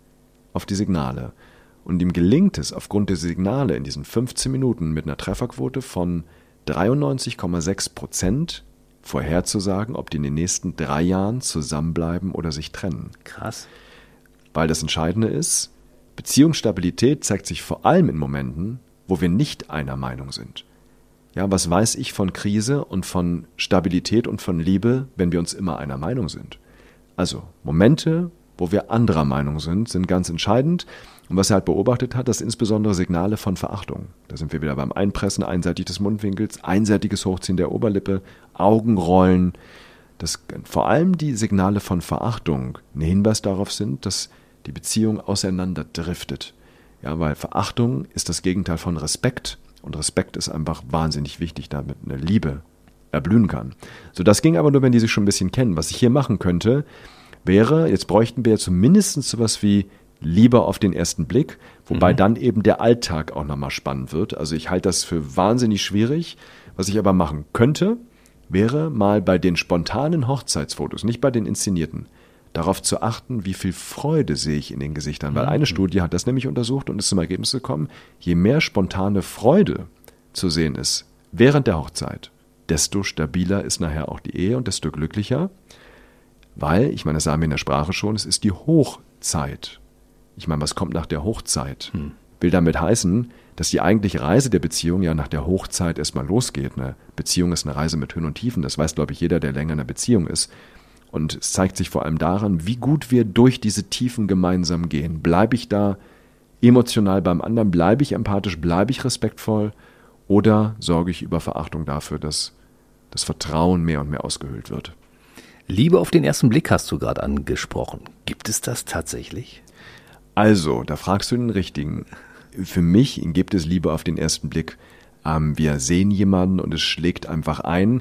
auf die Signale. Und ihm gelingt es, aufgrund der Signale in diesen fünfzehn Minuten mit einer Trefferquote von dreiundneunzig Komma sechs Prozent vorherzusagen, ob die in den nächsten drei Jahren zusammenbleiben oder sich trennen. Krass. Weil das Entscheidende ist, Beziehungsstabilität zeigt sich vor allem in Momenten, wo wir nicht einer Meinung sind. Ja, was weiß ich von Krise und von Stabilität und von Liebe, wenn wir uns immer einer Meinung sind? Also Momente, wo wir anderer Meinung sind, sind ganz entscheidend. Und was er halt beobachtet hat, das sind insbesondere Signale von Verachtung. Da sind wir wieder beim Einpressen einseitig des Mundwinkels, einseitiges Hochziehen der Oberlippe, Augenrollen. Dass vor allem die Signale von Verachtung ein Hinweis darauf sind, dass die Beziehung auseinanderdriftet. Ja, weil Verachtung ist das Gegenteil von Respekt und Respekt ist einfach wahnsinnig wichtig, damit eine Liebe erblühen kann. So, das ging aber nur, wenn die sich schon ein bisschen kennen. Was ich hier machen könnte, wäre, jetzt bräuchten wir zumindest sowas wie Liebe auf den ersten Blick, wobei mhm. dann eben der Alltag auch nochmal spannend wird. Also ich halte das für wahnsinnig schwierig. Was ich aber machen könnte, wäre mal bei den spontanen Hochzeitsfotos, nicht bei den inszenierten, darauf zu achten, wie viel Freude sehe ich in den Gesichtern. Weil eine Studie hat das nämlich untersucht und ist zum Ergebnis gekommen, je mehr spontane Freude zu sehen ist während der Hochzeit, desto stabiler ist nachher auch die Ehe und desto glücklicher. Weil, ich meine, das sagen wir in der Sprache schon, es ist die Hochzeit. Ich meine, was kommt nach der Hochzeit? Hm. Will damit heißen, dass die eigentliche Reise der Beziehung ja nach der Hochzeit erstmal losgeht. Eine Beziehung ist eine Reise mit Höhen und Tiefen. Das weiß, glaube ich, jeder, der länger in einer Beziehung ist. Und es zeigt sich vor allem daran, wie gut wir durch diese Tiefen gemeinsam gehen. Bleibe ich da emotional beim anderen? Bleibe ich empathisch? Bleibe ich respektvoll? Oder sorge ich über Verachtung dafür, dass das Vertrauen mehr und mehr ausgehöhlt wird? Liebe auf den ersten Blick hast du gerade angesprochen. Gibt es das tatsächlich? Also, da fragst du den Richtigen. Für mich gibt es Liebe auf den ersten Blick. Ähm, wir sehen jemanden und es schlägt einfach ein.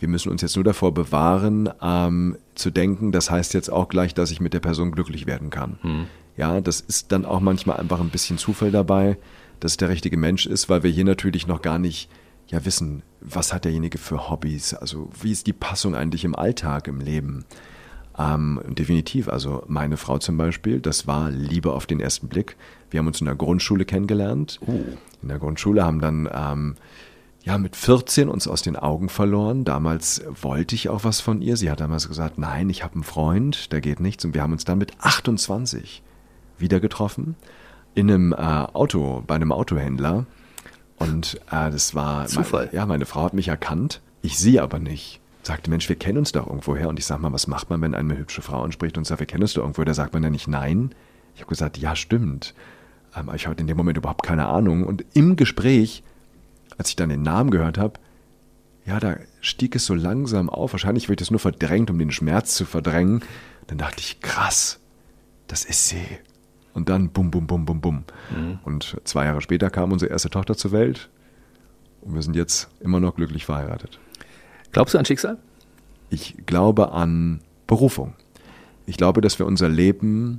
Wir müssen uns jetzt nur davor bewahren, ähm, zu denken, das heißt jetzt auch gleich, dass ich mit der Person glücklich werden kann. Hm. Ja, das ist dann auch manchmal einfach ein bisschen Zufall dabei, dass es der richtige Mensch ist, weil wir hier natürlich noch gar nicht ja wissen, was hat derjenige für Hobbys, also wie ist die Passung eigentlich im Alltag, im Leben. Ähm, definitiv, also meine Frau zum Beispiel, das war Liebe auf den ersten Blick. Wir haben uns in der Grundschule kennengelernt. Uh. In der Grundschule haben dann ähm, ja mit vierzehn uns aus den Augen verloren. Damals wollte ich auch was von ihr. Sie hat damals gesagt, nein, ich habe einen Freund, da geht nichts. Und wir haben uns dann mit achtundzwanzig wieder getroffen in einem äh, Auto, bei einem Autohändler. Und äh, das war Zufall. Meine, ja, meine Frau hat mich erkannt, ich sie aber nicht. Sagte, Mensch, wir kennen uns doch irgendwoher. Und ich sag mal, was macht man, wenn eine hübsche Frau anspricht und sagt, wir kennen uns doch irgendwoher? Da sagt man ja nicht nein. Ich habe gesagt, ja, stimmt. Aber ich hatte in dem Moment überhaupt keine Ahnung. Und im Gespräch, als ich dann den Namen gehört habe, ja, da stieg es so langsam auf. Wahrscheinlich habe ich das nur verdrängt, um den Schmerz zu verdrängen. Dann dachte ich, krass, das ist sie. Und dann bum, bum, bum, bum, bum. Mhm. Und zwei Jahre später kam unsere erste Tochter zur Welt. Und wir sind jetzt immer noch glücklich verheiratet. Glaubst du an Schicksal? Ich glaube an Berufung. Ich glaube, dass wir unser Leben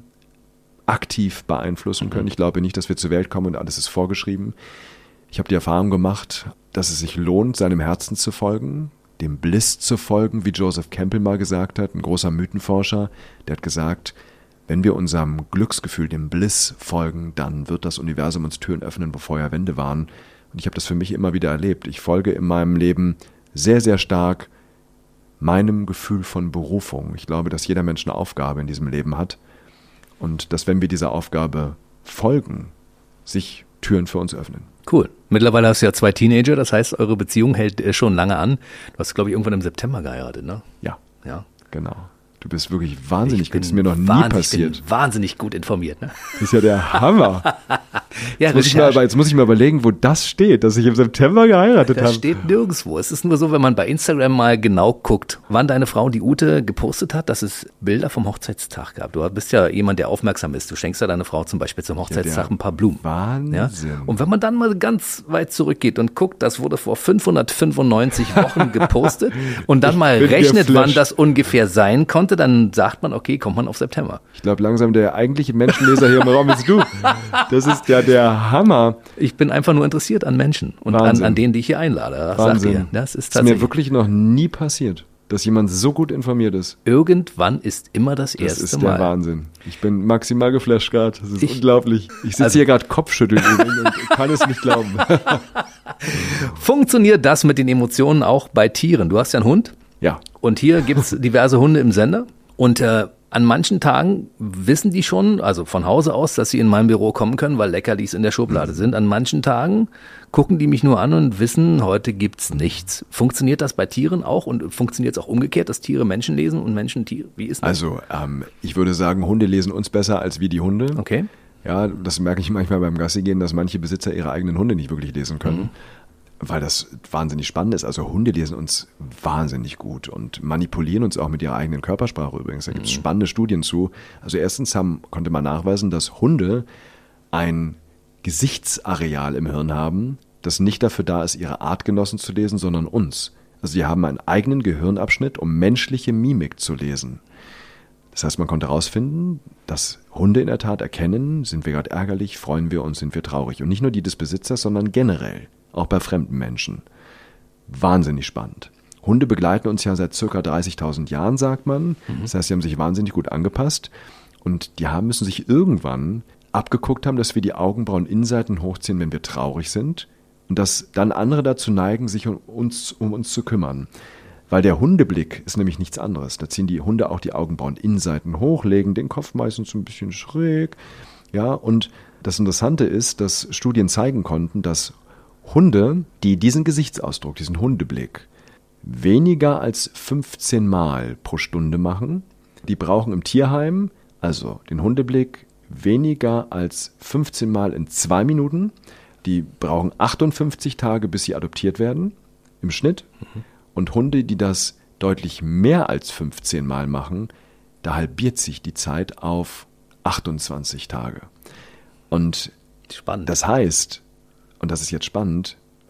aktiv beeinflussen können. Ich glaube nicht, dass wir zur Welt kommen und alles ist vorgeschrieben. Ich habe die Erfahrung gemacht, dass es sich lohnt, seinem Herzen zu folgen, dem Bliss zu folgen, wie Joseph Campbell mal gesagt hat, ein großer Mythenforscher. Der hat gesagt, wenn wir unserem Glücksgefühl, dem Bliss folgen, dann wird das Universum uns Türen öffnen, wo vorher Wände waren. Und ich habe das für mich immer wieder erlebt. Ich folge in meinem Leben sehr, sehr stark meinem Gefühl von Berufung. Ich glaube, dass jeder Mensch eine Aufgabe in diesem Leben hat und dass, wenn wir dieser Aufgabe folgen, sich Türen für uns öffnen. Cool. Mittlerweile hast du ja zwei Teenager, das heißt, eure Beziehung hält schon lange an. Du hast, glaube ich, irgendwann im September geheiratet, ne? Ja, ja. Genau. Du bist wirklich wahnsinnig gut. Das ist mir noch nie passiert. Ich bin wahnsinnig gut informiert. Ne? Das ist ja der Hammer. ja, jetzt, muss ich mal, jetzt muss ich mal überlegen, wo das steht, dass ich im September geheiratet habe. Das steht nirgendwo. Es ist nur so, wenn man bei Instagram mal genau guckt, wann deine Frau, die Ute, gepostet hat, dass es Bilder vom Hochzeitstag gab. Du bist ja jemand, der aufmerksam ist. Du schenkst ja deiner Frau zum Beispiel zum Hochzeitstag ja, ein paar Blumen. Wahnsinn. Ja? Und wenn man dann mal ganz weit zurückgeht und guckt, das wurde vor fünfhundertfünfundneunzig Wochen gepostet und dann mal rechnet, wann das ungefähr sein konnte, dann sagt man, okay, kommt man auf September. Ich glaube langsam, der eigentliche Menschenleser hier im Raum bist du. Das ist ja der Hammer. Ich bin einfach nur interessiert an Menschen und an, an denen, die ich hier einlade. Das Wahnsinn. Sagt ihr. Das ist, das ist mir wirklich noch nie passiert, dass jemand so gut informiert ist. Irgendwann ist immer das, das erste Mal. Das ist der Mal. Wahnsinn. Ich bin maximal geflasht gerade. Das ist ich, unglaublich. Ich sitze also, hier gerade Kopfschütteln und kann es nicht glauben. Funktioniert das mit den Emotionen auch bei Tieren? Du hast ja einen Hund. Ja. Und hier gibt es diverse Hunde im Sender. Und äh, an manchen Tagen wissen die schon, also von Hause aus, dass sie in mein Büro kommen können, weil Leckerlis in der Schublade mhm. sind. An manchen Tagen gucken die mich nur an und wissen, heute gibt's nichts. Funktioniert das bei Tieren auch und funktioniert es auch umgekehrt, dass Tiere Menschen lesen und Menschen Tiere? Wie ist das? Also ähm, ich würde sagen, Hunde lesen uns besser als wir die Hunde. Okay. Ja, das merke ich manchmal beim Gassi gehen, dass manche Besitzer ihre eigenen Hunde nicht wirklich lesen können. Mhm. Weil das wahnsinnig spannend ist. Also Hunde lesen uns wahnsinnig gut und manipulieren uns auch mit ihrer eigenen Körpersprache übrigens. Da gibt es mhm. spannende Studien zu. Also erstens haben, konnte man nachweisen, dass Hunde ein Gesichtsareal im Hirn haben, das nicht dafür da ist, ihre Artgenossen zu lesen, sondern uns. Also sie haben einen eigenen Gehirnabschnitt, um menschliche Mimik zu lesen. Das heißt, man konnte herausfinden, dass Hunde in der Tat erkennen, sind wir gerade ärgerlich, freuen wir uns, sind wir traurig. Und nicht nur die des Besitzers, sondern generell. Auch bei fremden Menschen. Wahnsinnig spannend. Hunde begleiten uns ja seit circa dreißigtausend Jahren, sagt man. Mhm. Das heißt, sie haben sich wahnsinnig gut angepasst. Und die haben, müssen sich irgendwann abgeguckt haben, dass wir die Augenbrauen Innenseiten hochziehen, wenn wir traurig sind. Und dass dann andere dazu neigen, sich um uns, um uns zu kümmern. Weil der Hundeblick ist nämlich nichts anderes. Da ziehen die Hunde auch die Augenbrauen Innenseiten hoch, legen den Kopf meistens ein bisschen schräg. Ja, und das Interessante ist, dass Studien zeigen konnten, dass Hunde, die diesen Gesichtsausdruck, diesen Hundeblick, weniger als fünfzehn Mal pro Stunde machen. Die brauchen im Tierheim, also den Hundeblick, weniger als fünfzehn Mal in zwei Minuten. Die brauchen achtundfünfzig Tage, bis sie adoptiert werden, im Schnitt. Mhm. Und Hunde, die das deutlich mehr als fünfzehn Mal machen, da halbiert sich die Zeit auf achtundzwanzig Tage. Und spannend. Das heißt, und das ist jetzt spannend,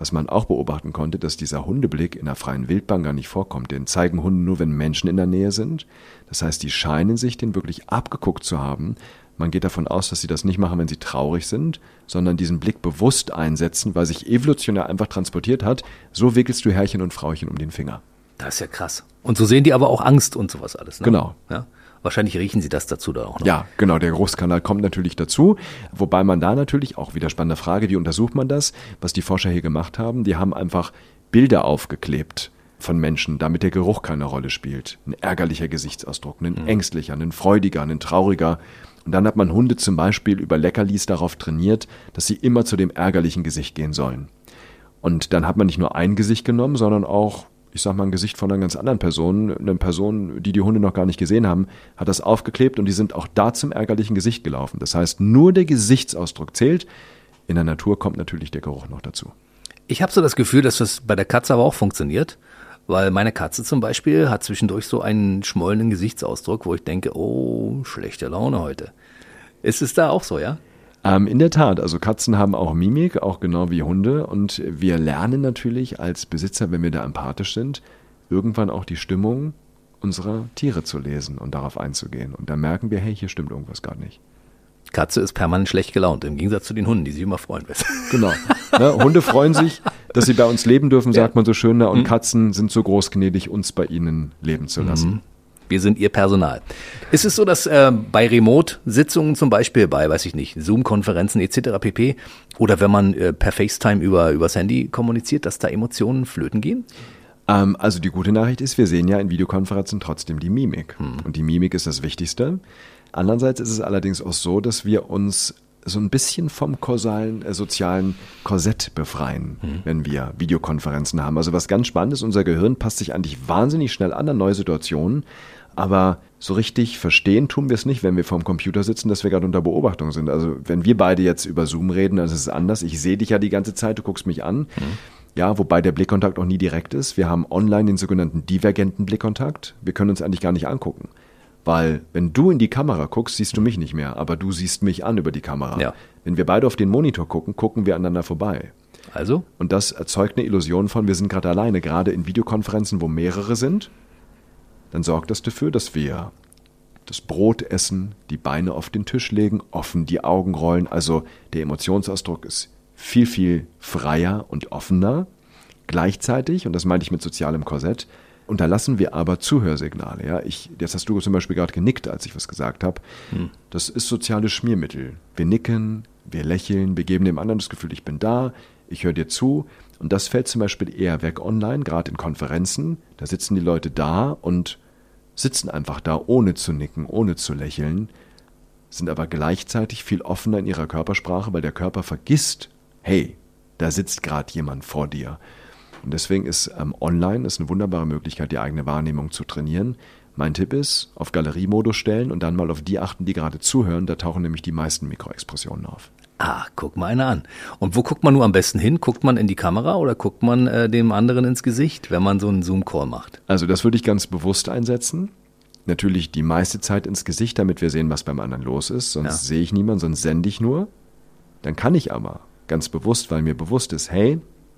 Was man auch beobachten konnte, dass dieser Hundeblick in der freien Wildbahn gar nicht vorkommt. Den zeigen Hunde nur, wenn Menschen in der Nähe sind. Das heißt, die scheinen sich den wirklich abgeguckt zu haben. Man geht davon aus, dass sie das nicht machen, wenn sie traurig sind, sondern diesen Blick bewusst einsetzen, weil sich evolutionär einfach transportiert hat. So wickelst du Herrchen und Frauchen um den Finger. Das ist ja krass. Und so sehen die aber auch Angst und sowas alles. Ne? Genau. Ja? Wahrscheinlich riechen sie das dazu da auch noch. Ja, genau, der Geruchskanal kommt natürlich dazu, wobei man da natürlich, auch wieder spannende Frage, wie untersucht man das, was die Forscher hier gemacht haben, die haben einfach Bilder aufgeklebt von Menschen, damit der Geruch keine Rolle spielt. Ein ärgerlicher Gesichtsausdruck, ein mhm. ängstlicher, ein freudiger, ein trauriger. Und dann hat man Hunde zum Beispiel über Leckerlis darauf trainiert, dass sie immer zu dem ärgerlichen Gesicht gehen sollen. Und dann hat man nicht nur ein Gesicht genommen, sondern auch, ich sag mal, ein Gesicht von einer ganz anderen Person, eine Person, die die Hunde noch gar nicht gesehen haben, hat das aufgeklebt und die sind auch da zum ärgerlichen Gesicht gelaufen. Das heißt, nur der Gesichtsausdruck zählt. In der Natur kommt natürlich der Geruch noch dazu. Ich habe so das Gefühl, dass das bei der Katze aber auch funktioniert, weil meine Katze zum Beispiel hat zwischendurch so einen schmollenden Gesichtsausdruck, wo ich denke, oh, schlechte Laune heute. Ist es da auch so, ja? Ähm, in der Tat, also Katzen haben auch Mimik, auch genau wie Hunde, und wir lernen natürlich als Besitzer, wenn wir da empathisch sind, irgendwann auch die Stimmung unserer Tiere zu lesen und darauf einzugehen. Und da merken wir, hey, hier stimmt irgendwas gar nicht. Katze ist permanent schlecht gelaunt, im Gegensatz zu den Hunden, die sich immer freuen. Genau. Ne, Hunde freuen sich, dass sie bei uns leben dürfen, sagt ja. man so schön, und mhm. Katzen sind so großgnädig, uns bei ihnen leben zu lassen. Mhm. Wir sind ihr Personal. Ist es so, dass äh, bei Remote-Sitzungen zum Beispiel, bei, weiß ich nicht, Zoom-Konferenzen et cetera pp. oder wenn man äh, per FaceTime über übers Handy kommuniziert, dass da Emotionen flöten gehen? Ähm, also die gute Nachricht ist, wir sehen ja in Videokonferenzen trotzdem die Mimik. Hm. Und die Mimik ist das Wichtigste. Andererseits ist es allerdings auch so, dass wir uns so ein bisschen vom kausalen, äh, sozialen Korsett befreien, hm. wenn wir Videokonferenzen haben. Also was ganz spannend ist, unser Gehirn passt sich eigentlich wahnsinnig schnell an an neue Situationen, aber so richtig verstehen tun wir es nicht, wenn wir vorm Computer sitzen, dass wir gerade unter Beobachtung sind. Also wenn wir beide jetzt über Zoom reden, dann ist es anders. Ich sehe dich ja die ganze Zeit, du guckst mich an. Hm. Ja, wobei der Blickkontakt auch nie direkt ist. Wir haben online den sogenannten divergenten Blickkontakt. Wir können uns eigentlich gar nicht angucken. Weil wenn du in die Kamera guckst, siehst du mich nicht mehr, aber du siehst mich an über die Kamera. Ja. Wenn wir beide auf den Monitor gucken, gucken wir aneinander vorbei. Also? Und das erzeugt eine Illusion von, wir sind gerade alleine. Gerade in Videokonferenzen, wo mehrere sind, dann sorgt das dafür, dass wir das Brot essen, die Beine auf den Tisch legen, offen die Augen rollen. Also der Emotionsausdruck ist viel, viel freier und offener. Gleichzeitig, und das meinte ich mit sozialem Korsett, unterlassen wir aber Zuhörsignale. Ja, ich, jetzt hast du zum Beispiel gerade genickt, als ich was gesagt habe. Hm. Das ist soziales Schmiermittel. Wir nicken, wir lächeln, wir geben dem anderen das Gefühl, ich bin da, ich höre dir zu. Und das fällt zum Beispiel eher weg online, gerade in Konferenzen. Da sitzen die Leute da und sitzen einfach da, ohne zu nicken, ohne zu lächeln, sind aber gleichzeitig viel offener in ihrer Körpersprache, weil der Körper vergisst, hey, da sitzt gerade jemand vor dir. Und deswegen ist ähm, online ist eine wunderbare Möglichkeit, die eigene Wahrnehmung zu trainieren. Mein Tipp ist, auf Galeriemodus stellen und dann mal auf die achten, die gerade zuhören. Da tauchen nämlich die meisten Mikroexpressionen auf. Ah, guck mal eine an. Und wo guckt man nur am besten hin? Guckt man in die Kamera oder guckt man äh, dem anderen ins Gesicht, wenn man so einen Zoom-Call macht? Also das würde ich ganz bewusst einsetzen. Natürlich die meiste Zeit ins Gesicht, damit wir sehen, was beim anderen los ist. Sonst ja. sehe ich niemanden, sonst sende ich nur. Dann kann ich aber ganz bewusst, weil mir bewusst ist, hey,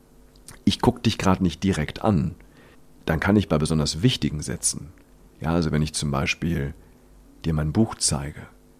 ich gucke dich gerade nicht direkt an. Dann kann ich bei besonders wichtigen Sätzen, ja, also wenn ich zum Beispiel dir mein Buch zeige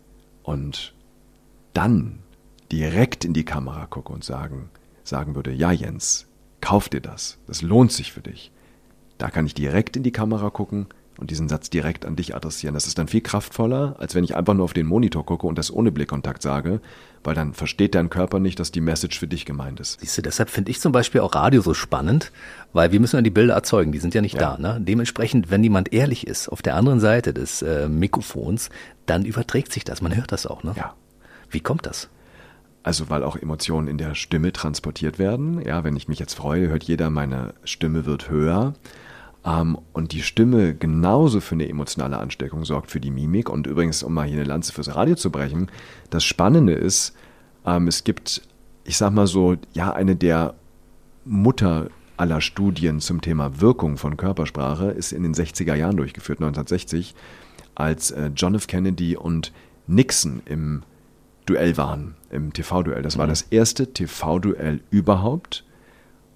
und dann direkt in die Kamera gucke und sagen, sagen würde, ja Jens, kauf dir das, das lohnt sich für dich. Da kann ich direkt in die Kamera gucken und diesen Satz direkt an dich adressieren. Das ist dann viel kraftvoller, als wenn ich einfach nur auf den Monitor gucke und das ohne Blickkontakt sage, weil dann versteht dein Körper nicht, dass die Message für dich gemeint ist. Siehst du, deshalb finde ich zum Beispiel auch Radio so spannend, weil wir müssen ja die Bilder erzeugen, die sind ja nicht ja. da. Ne? Dementsprechend, wenn jemand ehrlich ist, auf der anderen Seite des äh, Mikrofons, dann überträgt sich das, man hört das auch. Ne? Ja. Wie kommt das? Also weil auch Emotionen in der Stimme transportiert werden. Ja, wenn ich mich jetzt freue, hört jeder, meine Stimme wird höher. Um, und die Stimme genauso für eine emotionale Ansteckung sorgt für die Mimik. Und übrigens, um mal hier eine Lanze fürs Radio zu brechen, das Spannende ist, um, es gibt, ich sag mal so, ja, eine der Mutter aller Studien zum Thema Wirkung von Körpersprache ist in den sechziger Jahren durchgeführt, neunzehnhundertsechzig, als äh, John F. Kennedy und Nixon im Duell waren, im T V-Duell. Das war das erste T V-Duell überhaupt.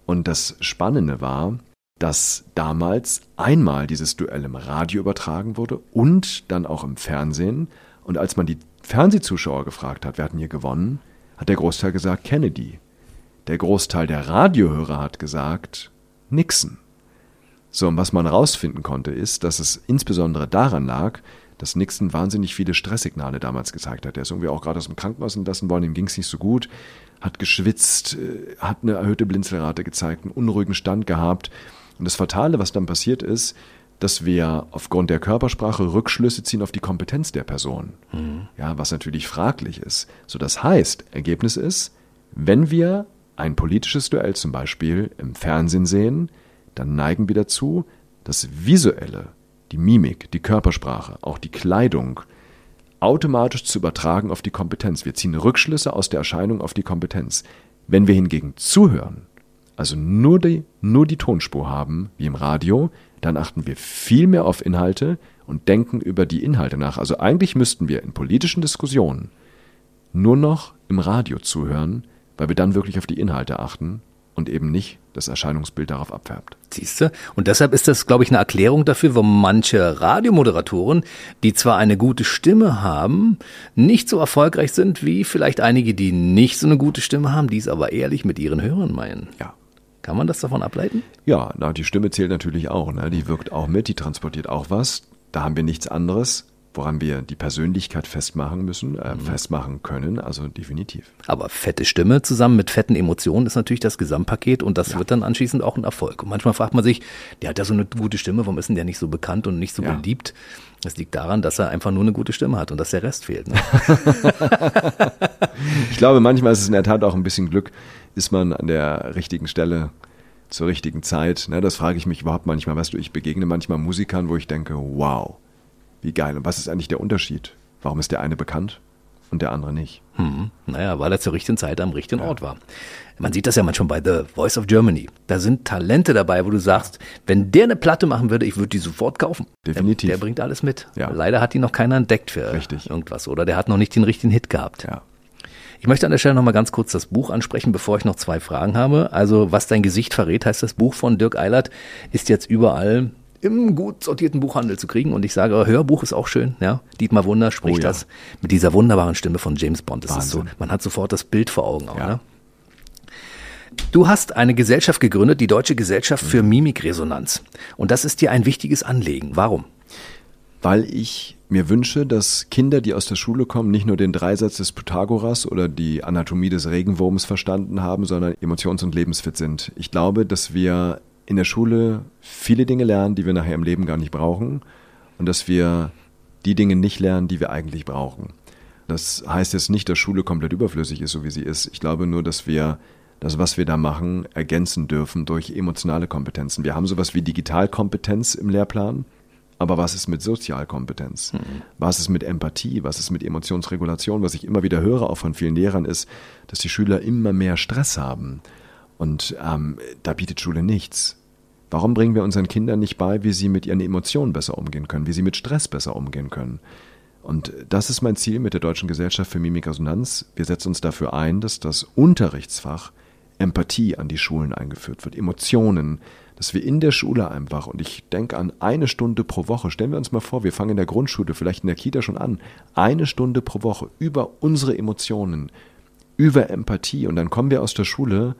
Und das Spannende war, dass damals einmal dieses Duell im Radio übertragen wurde und dann auch im Fernsehen. Und als man die Fernsehzuschauer gefragt hat, wer hat denn hier gewonnen, hat der Großteil gesagt Kennedy. Der Großteil der Radiohörer hat gesagt Nixon. So, und was man rausfinden konnte, ist, dass es insbesondere daran lag, dass Nixon wahnsinnig viele Stresssignale damals gezeigt hat. Er ist irgendwie auch gerade aus dem Krankenhaus entlassen worden, ihm ging es nicht so gut, hat geschwitzt, hat eine erhöhte Blinzelrate gezeigt, einen unruhigen Stand gehabt. Und das Fatale, was dann passiert ist, dass wir aufgrund der Körpersprache Rückschlüsse ziehen auf die Kompetenz der Person. Mhm. Ja, was natürlich fraglich ist. So, das heißt, Ergebnis ist, wenn wir ein politisches Duell zum Beispiel im Fernsehen sehen, dann neigen wir dazu, das Visuelle, die Mimik, die Körpersprache, auch die Kleidung automatisch zu übertragen auf die Kompetenz. Wir ziehen Rückschlüsse aus der Erscheinung auf die Kompetenz. Wenn wir hingegen zuhören, also nur die, nur die Tonspur haben, wie im Radio, dann achten wir viel mehr auf Inhalte und denken über die Inhalte nach. Also eigentlich müssten wir in politischen Diskussionen nur noch im Radio zuhören, weil wir dann wirklich auf die Inhalte achten und eben nicht das Erscheinungsbild darauf abfärbt. Siehst du? Und deshalb ist das, glaube ich, eine Erklärung dafür, warum manche Radiomoderatoren, die zwar eine gute Stimme haben, nicht so erfolgreich sind wie vielleicht einige, die nicht so eine gute Stimme haben, die es aber ehrlich mit ihren Hörern meinen. Ja. Kann man das davon ableiten? Ja, na, die Stimme zählt natürlich auch. Ne? Die wirkt auch mit, die transportiert auch was. Da haben wir nichts anderes, woran wir die Persönlichkeit festmachen müssen, äh, mhm. festmachen können, also definitiv. Aber fette Stimme zusammen mit fetten Emotionen ist natürlich das Gesamtpaket und das ja. wird dann anschließend auch ein Erfolg. Und manchmal fragt man sich, der hat ja so eine gute Stimme, warum ist denn der nicht so bekannt und nicht so ja. beliebt? Das liegt daran, dass er einfach nur eine gute Stimme hat und dass der Rest fehlt. Ne? Ich glaube, manchmal ist es in der Tat auch ein bisschen Glück, ist man an der richtigen Stelle zur richtigen Zeit. Ne, das frage ich mich überhaupt manchmal. Weißt du, ich begegne manchmal Musikern, wo ich denke, wow, wie geil. Und was ist eigentlich der Unterschied? Warum ist der eine bekannt und der andere nicht? Hm, naja, weil er zur richtigen Zeit am richtigen ja. Ort war. Man sieht das ja manchmal bei The Voice of Germany. Da sind Talente dabei, wo du sagst, wenn der eine Platte machen würde, ich würde die sofort kaufen. Definitiv. Der, der bringt alles mit. Ja. Leider hat die noch keiner entdeckt für Richtig. irgendwas. Oder der hat noch nicht den richtigen Hit gehabt. Ja. Ich möchte an der Stelle noch mal ganz kurz das Buch ansprechen, bevor ich noch zwei Fragen habe. Also, was dein Gesicht verrät, heißt das Buch von Dirk Eilert, ist jetzt überall im gut sortierten Buchhandel zu kriegen. Und ich sage, Hörbuch ist auch schön. Ja, Dietmar Wunder spricht oh ja. das mit dieser wunderbaren Stimme von James Bond. Das Wahnsinn. Ist so, man hat sofort das Bild vor Augen auch. Ja. Ne? Du hast eine Gesellschaft gegründet, die Deutsche Gesellschaft für Mimikresonanz. Und das ist dir ein wichtiges Anliegen. Warum? Weil ich mir wünsche, dass Kinder, die aus der Schule kommen, nicht nur den Dreisatz des Pythagoras oder die Anatomie des Regenwurms verstanden haben, sondern emotions- und lebensfit sind. Ich glaube, dass wir in der Schule viele Dinge lernen, die wir nachher im Leben gar nicht brauchen und dass wir die Dinge nicht lernen, die wir eigentlich brauchen. Das heißt jetzt nicht, dass Schule komplett überflüssig ist, so wie sie ist. Ich glaube nur, dass wir das, was wir da machen, ergänzen dürfen durch emotionale Kompetenzen. Wir haben sowas wie Digitalkompetenz im Lehrplan. Aber was ist mit Sozialkompetenz? Mhm. Was ist mit Empathie? Was ist mit Emotionsregulation? Was ich immer wieder höre, auch von vielen Lehrern, ist, dass die Schüler immer mehr Stress haben. Und ähm, da bietet Schule nichts. Warum bringen wir unseren Kindern nicht bei, wie sie mit ihren Emotionen besser umgehen können, wie sie mit Stress besser umgehen können? Und das ist mein Ziel mit der Deutschen Gesellschaft für Mimikresonanz. Wir setzen uns dafür ein, dass das Unterrichtsfach Empathie an die Schulen eingeführt wird, Emotionen, dass wir in der Schule einfach, und ich denke an eine Stunde pro Woche, stellen wir uns mal vor, wir fangen in der Grundschule, vielleicht in der Kita schon an, eine Stunde pro Woche über unsere Emotionen, über Empathie, und dann kommen wir aus der Schule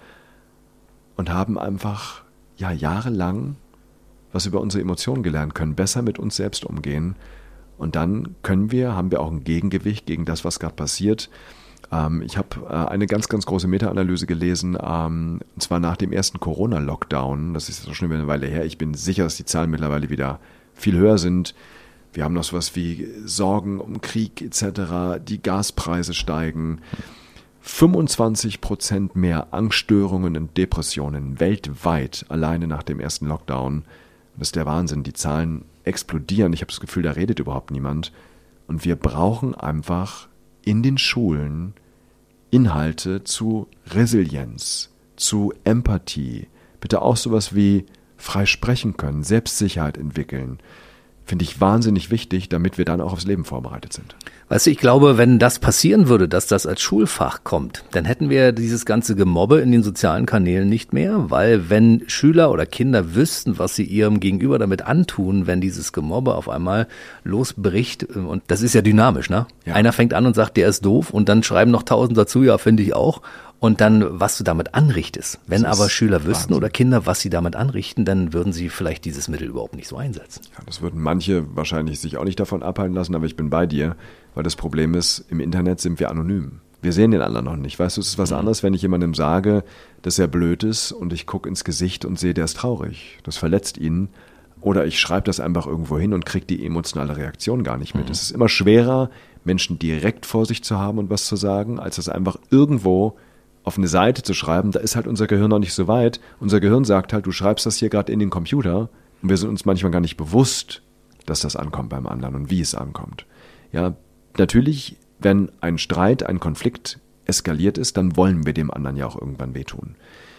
und haben einfach ja jahrelang was über unsere Emotionen gelernt, können besser mit uns selbst umgehen, und dann können wir, haben wir auch ein Gegengewicht gegen das, was gerade passiert. Ich habe eine ganz, ganz große Meta-Analyse gelesen, und zwar nach dem ersten Corona-Lockdown. Das ist schon eine Weile her. Ich bin sicher, dass die Zahlen mittlerweile wieder viel höher sind. Wir haben noch sowas wie Sorgen um Krieg et cetera. Die Gaspreise steigen. fünfundzwanzig Prozent mehr Angststörungen und Depressionen weltweit alleine nach dem ersten Lockdown. Das ist der Wahnsinn. Die Zahlen explodieren. Ich habe das Gefühl, da redet überhaupt niemand. Und wir brauchen einfach in den Schulen Inhalte zu Resilienz, zu Empathie, bitte auch sowas wie frei sprechen können, Selbstsicherheit entwickeln, finde ich wahnsinnig wichtig, damit wir dann auch aufs Leben vorbereitet sind. Weißt du, ich glaube, wenn das passieren würde, dass das als Schulfach kommt, dann hätten wir dieses ganze Gemobbe in den sozialen Kanälen nicht mehr, weil wenn Schüler oder Kinder wüssten, was sie ihrem Gegenüber damit antun, wenn dieses Gemobbe auf einmal losbricht, und das ist ja dynamisch, ne? Ja. Einer fängt an und sagt, der ist doof, und dann schreiben noch tausend dazu, ja, finde ich auch. Und dann, was du damit anrichtest. Wenn aber Schüler wüssten Wahnsinn. Oder Kinder, was sie damit anrichten, dann würden sie vielleicht dieses Mittel überhaupt nicht so einsetzen. Ja, das würden manche wahrscheinlich sich auch nicht davon abhalten lassen, aber ich bin bei dir, weil das Problem ist, im Internet sind wir anonym. Wir sehen den anderen noch nicht. Weißt du, es ist was mhm. anderes, wenn ich jemandem sage, dass er blöd ist und ich gucke ins Gesicht und sehe, der ist traurig. Das verletzt ihn. Oder ich schreibe das einfach irgendwo hin und kriege die emotionale Reaktion gar nicht mit. Mhm. Es ist immer schwerer, Menschen direkt vor sich zu haben und was zu sagen, als das einfach irgendwo auf eine Seite zu schreiben. Da ist halt unser Gehirn noch nicht so weit. Unser Gehirn sagt halt, du schreibst das hier gerade in den Computer, und wir sind uns manchmal gar nicht bewusst, dass das ankommt beim anderen und wie es ankommt. Ja, natürlich, wenn ein Streit, ein Konflikt eskaliert ist, dann wollen wir dem anderen ja auch irgendwann wehtun.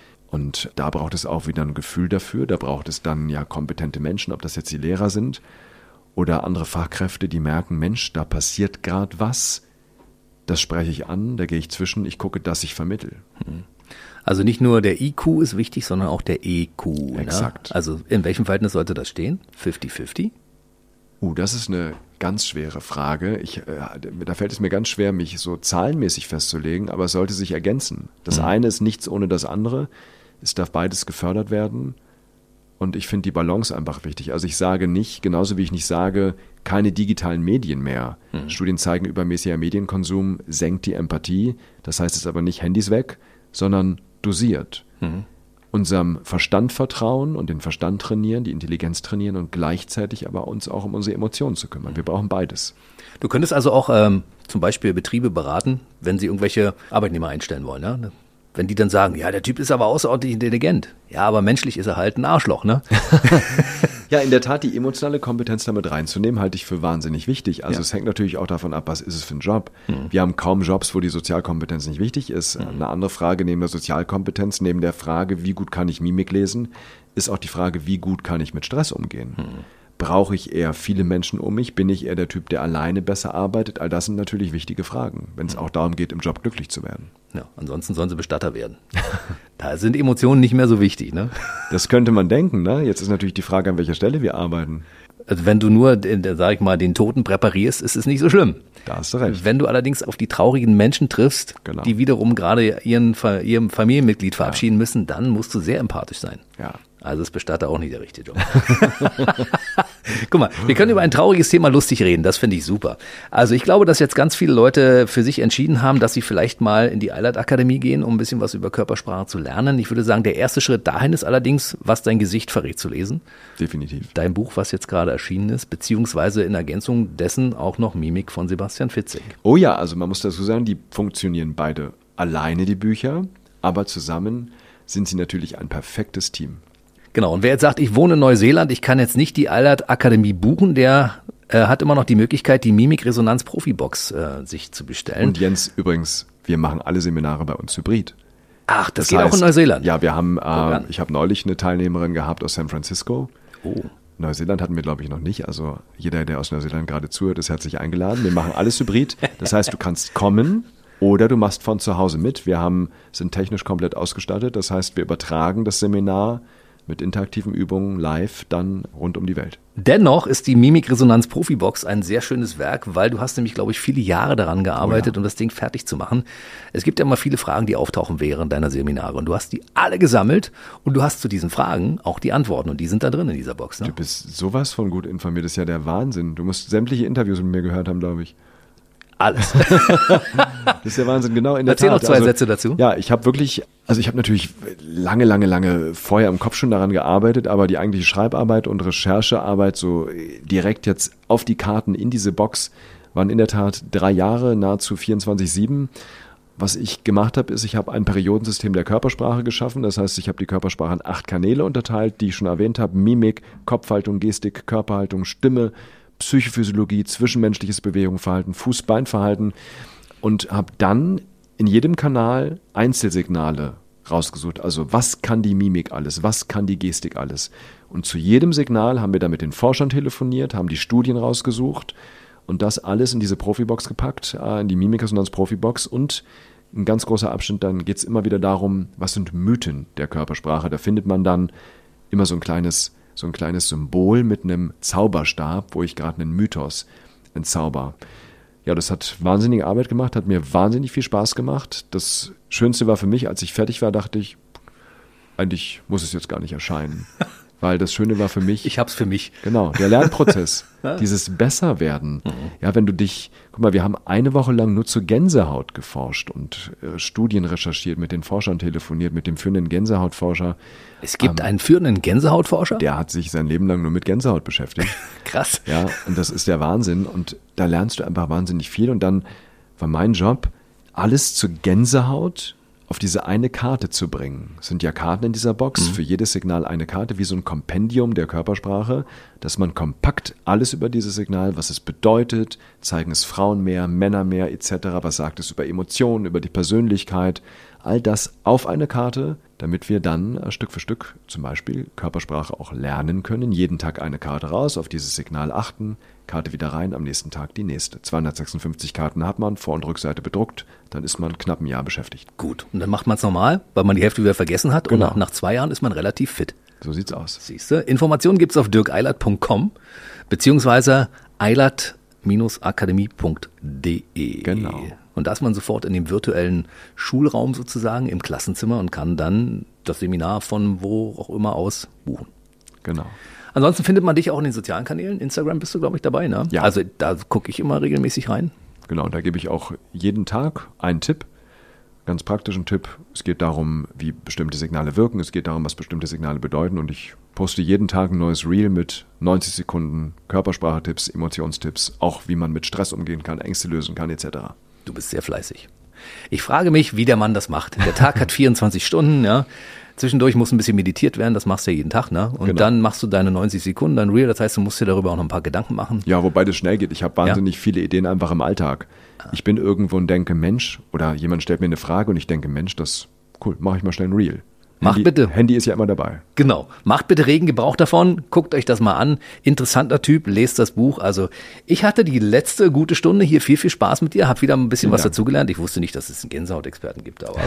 Und da braucht es auch wieder ein Gefühl dafür. Da braucht es dann ja kompetente Menschen, ob das jetzt die Lehrer sind oder andere Fachkräfte, die merken, Mensch, da passiert gerade was. Das spreche ich an, da gehe ich zwischen, ich gucke, dass ich vermittle. Also nicht nur der I Q ist wichtig, sondern auch der E Q. Exakt. Ne? Also in welchem Verhältnis sollte das stehen? fünfzig fünfzig? Uh, das ist eine ganz schwere Frage. Ich, äh, da fällt es mir ganz schwer, mich so zahlenmäßig festzulegen, aber es sollte sich ergänzen. Das mhm. eine ist nichts ohne das andere. Es darf beides gefördert werden. Und ich finde die Balance einfach wichtig. Also ich sage nicht, genauso wie ich nicht sage, keine digitalen Medien mehr. Mhm. Studien zeigen, übermäßiger Medienkonsum senkt die Empathie. Das heißt es aber nicht Handys weg, sondern dosiert. Mhm. Unserem Verstand vertrauen und den Verstand trainieren, die Intelligenz trainieren und gleichzeitig aber uns auch um unsere Emotionen zu kümmern. Wir brauchen beides. Du könntest also auch ähm, zum Beispiel Betriebe beraten, wenn sie irgendwelche Arbeitnehmer einstellen wollen, ne? Wenn die dann sagen, ja, der Typ ist aber außerordentlich intelligent. Ja, aber menschlich ist er halt ein Arschloch, ne? Ja, in der Tat, die emotionale Kompetenz damit reinzunehmen, halte ich für wahnsinnig wichtig. Also ja. Es hängt natürlich auch davon ab, was ist es für ein Job. Mhm. Wir haben kaum Jobs, wo die Sozialkompetenz nicht wichtig ist. Mhm. Eine andere Frage neben der Sozialkompetenz, neben der Frage, wie gut kann ich Mimik lesen, ist auch die Frage, wie gut kann ich mit Stress umgehen. Mhm. Brauche ich eher viele Menschen um mich? Bin ich eher der Typ, der alleine besser arbeitet? All das sind natürlich wichtige Fragen, wenn es auch darum geht, im Job glücklich zu werden. Ja, ansonsten sollen sie Bestatter werden. Da sind Emotionen nicht mehr so wichtig, ne? Das könnte man denken, ne? Jetzt ist natürlich die Frage, an welcher Stelle wir arbeiten. Also wenn du nur, sag ich mal, den Toten präparierst, ist es nicht so schlimm. Da hast du recht. Wenn du allerdings auf die traurigen Menschen triffst, genau. die wiederum gerade ihren, ihrem Familienmitglied verabschieden ja. müssen, dann musst du sehr empathisch sein. Ja. Also ist Bestatter auch nicht der richtige Job. Guck mal, wir können über ein trauriges Thema lustig reden, das finde ich super. Also ich glaube, dass jetzt ganz viele Leute für sich entschieden haben, dass sie vielleicht mal in die Eilert-Akademie gehen, um ein bisschen was über Körpersprache zu lernen. Ich würde sagen, der erste Schritt dahin ist allerdings, was dein Gesicht verrät, zu lesen. Definitiv. Dein Buch, was jetzt gerade erschienen ist, beziehungsweise in Ergänzung dessen auch noch Mimik von Sebastian Fitzek. Oh ja, also man muss dazu sagen, die funktionieren beide alleine, die Bücher, aber zusammen sind sie natürlich ein perfektes Team. Genau, und wer jetzt sagt, ich wohne in Neuseeland, ich kann jetzt nicht die Eilert-Akademie buchen, der äh, hat immer noch die Möglichkeit, die Mimik-Resonanz-Profi-Box äh, sich zu bestellen. Und Jens, übrigens, wir machen alle Seminare bei uns hybrid. Ach, das, das geht heißt, auch in Neuseeland? Ja, wir haben, äh, ich habe neulich eine Teilnehmerin gehabt aus San Francisco. Oh. Neuseeland hatten wir, glaube ich, noch nicht. Also jeder, der aus Neuseeland gerade zuhört, ist herzlich eingeladen. Wir machen alles hybrid. Das heißt, du kannst kommen oder du machst von zu Hause mit. Wir haben, sind technisch komplett ausgestattet. Das heißt, wir übertragen das Seminar mit interaktiven Übungen live dann rund um die Welt. Dennoch ist die Mimik-Resonanz-Profi-Box ein sehr schönes Werk, weil du hast nämlich, glaube ich, viele Jahre daran gearbeitet, oh ja. um das Ding fertig zu machen. Es gibt ja immer viele Fragen, die auftauchen während deiner Seminare und du hast die alle gesammelt und du hast zu diesen Fragen auch die Antworten und die sind da drin in dieser Box. Ne? Du bist sowas von gut informiert, das ist ja der Wahnsinn. Du musst sämtliche Interviews mit mir gehört haben, glaube ich. Alles. Das ist der Wahnsinn, genau in der Erzähl Tat. noch zwei also, Sätze dazu. Ja, ich habe wirklich, also ich habe natürlich lange, lange, lange vorher im Kopf schon daran gearbeitet, aber die eigentliche Schreibarbeit und Recherchearbeit so direkt jetzt auf die Karten in diese Box waren in der Tat drei Jahre, nahezu vierundzwanzig sieben. Was ich gemacht habe, ist, ich habe ein Periodensystem der Körpersprache geschaffen. Das heißt, ich habe die Körpersprache in acht Kanäle unterteilt, die ich schon erwähnt habe. Mimik, Kopfhaltung, Gestik, Körperhaltung, Stimme, Psychophysiologie, zwischenmenschliches Bewegungsverhalten, Fuß-Bein-Verhalten und habe dann in jedem Kanal Einzelsignale rausgesucht. Also was kann die Mimik alles, was kann die Gestik alles? Und zu jedem Signal haben wir dann mit den Forschern telefoniert, haben die Studien rausgesucht und das alles in diese Profibox gepackt, in die Mimikresonanz-Profibox. Und ein ganz großer Abschnitt, dann geht es immer wieder darum, was sind Mythen der Körpersprache. Da findet man dann immer so ein kleines, so ein kleines Symbol mit einem Zauberstab, wo ich gerade einen Mythos entzauber. Ja, das hat wahnsinnige Arbeit gemacht, hat mir wahnsinnig viel Spaß gemacht. Das Schönste war für mich, als ich fertig war, dachte ich, eigentlich muss es jetzt gar nicht erscheinen. Weil das Schöne war für mich... Ich hab's für mich. Genau, der Lernprozess, dieses Besserwerden. Mhm. Ja, wenn du dich... Guck mal, wir haben eine Woche lang nur zu Gänsehaut geforscht und äh, Studien recherchiert, mit den Forschern telefoniert, mit dem führenden Gänsehautforscher. Es gibt ähm, einen führenden Gänsehautforscher? Der hat sich sein Leben lang nur mit Gänsehaut beschäftigt. Krass. Ja, und das ist der Wahnsinn. Und da lernst du einfach wahnsinnig viel. Und dann war mein Job, alles zu Gänsehaut auf diese eine Karte zu bringen. Es sind ja Karten in dieser Box, mhm. für jedes Signal eine Karte, wie so ein Kompendium der Körpersprache, dass man kompakt alles über dieses Signal, was es bedeutet, zeigen es Frauen mehr, Männer mehr et cetera, was sagt es über Emotionen, über die Persönlichkeit, all das auf eine Karte, damit wir dann äh, Stück für Stück zum Beispiel Körpersprache auch lernen können. Jeden Tag eine Karte raus, auf dieses Signal achten, Karte wieder rein, am nächsten Tag die nächste. zweihundertsechsundfünfzig Karten hat man, Vor- und Rückseite bedruckt, dann ist man knapp ein Jahr beschäftigt. Gut, und dann macht man es normal, weil man die Hälfte wieder vergessen hat Genau. und nach, nach zwei Jahren ist man relativ fit. So sieht's aus. Siehst du? Informationen gibt's auf dirk eilert punkt com beziehungsweise eilert akademie punkt de. Genau. Und da ist man sofort in dem virtuellen Schulraum sozusagen, im Klassenzimmer und kann dann das Seminar von wo auch immer aus buchen. Genau. Ansonsten findet man dich auch in den sozialen Kanälen. Instagram bist du, glaube ich, dabei, ne? Ja. Also da gucke ich immer regelmäßig rein. Genau, und da gebe ich auch jeden Tag einen Tipp, ganz praktischen Tipp. Es geht darum, wie bestimmte Signale wirken, es geht darum, was bestimmte Signale bedeuten und ich poste jeden Tag ein neues Reel mit neunzig Sekunden Körpersprache-Tipps, Emotionstipps, auch wie man mit Stress umgehen kann, Ängste lösen kann et cetera. Du bist sehr fleißig. Ich frage mich, wie der Mann das macht. Der Tag hat vierundzwanzig Stunden, ja. Zwischendurch muss ein bisschen meditiert werden, das machst du ja jeden Tag, ne? Und Genau. dann machst du deine neunzig Sekunden, dein Reel, das heißt, du musst dir darüber auch noch ein paar Gedanken machen. Ja, wobei das schnell geht. Ich habe wahnsinnig ja. viele Ideen einfach im Alltag. Ich bin irgendwo und denke, Mensch, oder jemand stellt mir eine Frage und ich denke, Mensch, das cool, mache ich mal schnell ein Reel. Mach Handy, bitte. Handy ist ja immer dabei. Genau. Macht bitte regen Gebrauch davon. Guckt euch das mal an. Interessanter Typ. Lest das Buch. Also ich hatte die letzte gute Stunde hier viel, viel Spaß mit dir. Hab wieder ein bisschen Vielen was Dank. dazugelernt. Ich wusste nicht, dass es einen Gänsehautexperten gibt. Aber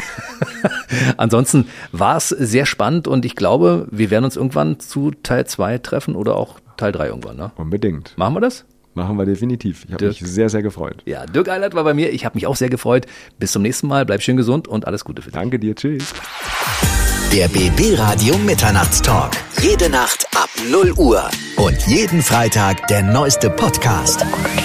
ansonsten war es sehr spannend und ich glaube, wir werden uns irgendwann zu Teil zwei treffen oder auch Teil drei irgendwann. Ne? Unbedingt. Machen wir das? Machen wir definitiv. Ich habe Dirk. mich sehr, sehr gefreut. Ja, Dirk Eilert war bei mir. Ich habe mich auch sehr gefreut. Bis zum nächsten Mal. Bleib schön gesund und alles Gute für dich. Danke dir. Tschüss. Der B B Radio Mitternachtstalk. Jede Nacht ab null Uhr. Und jeden Freitag der neueste Podcast.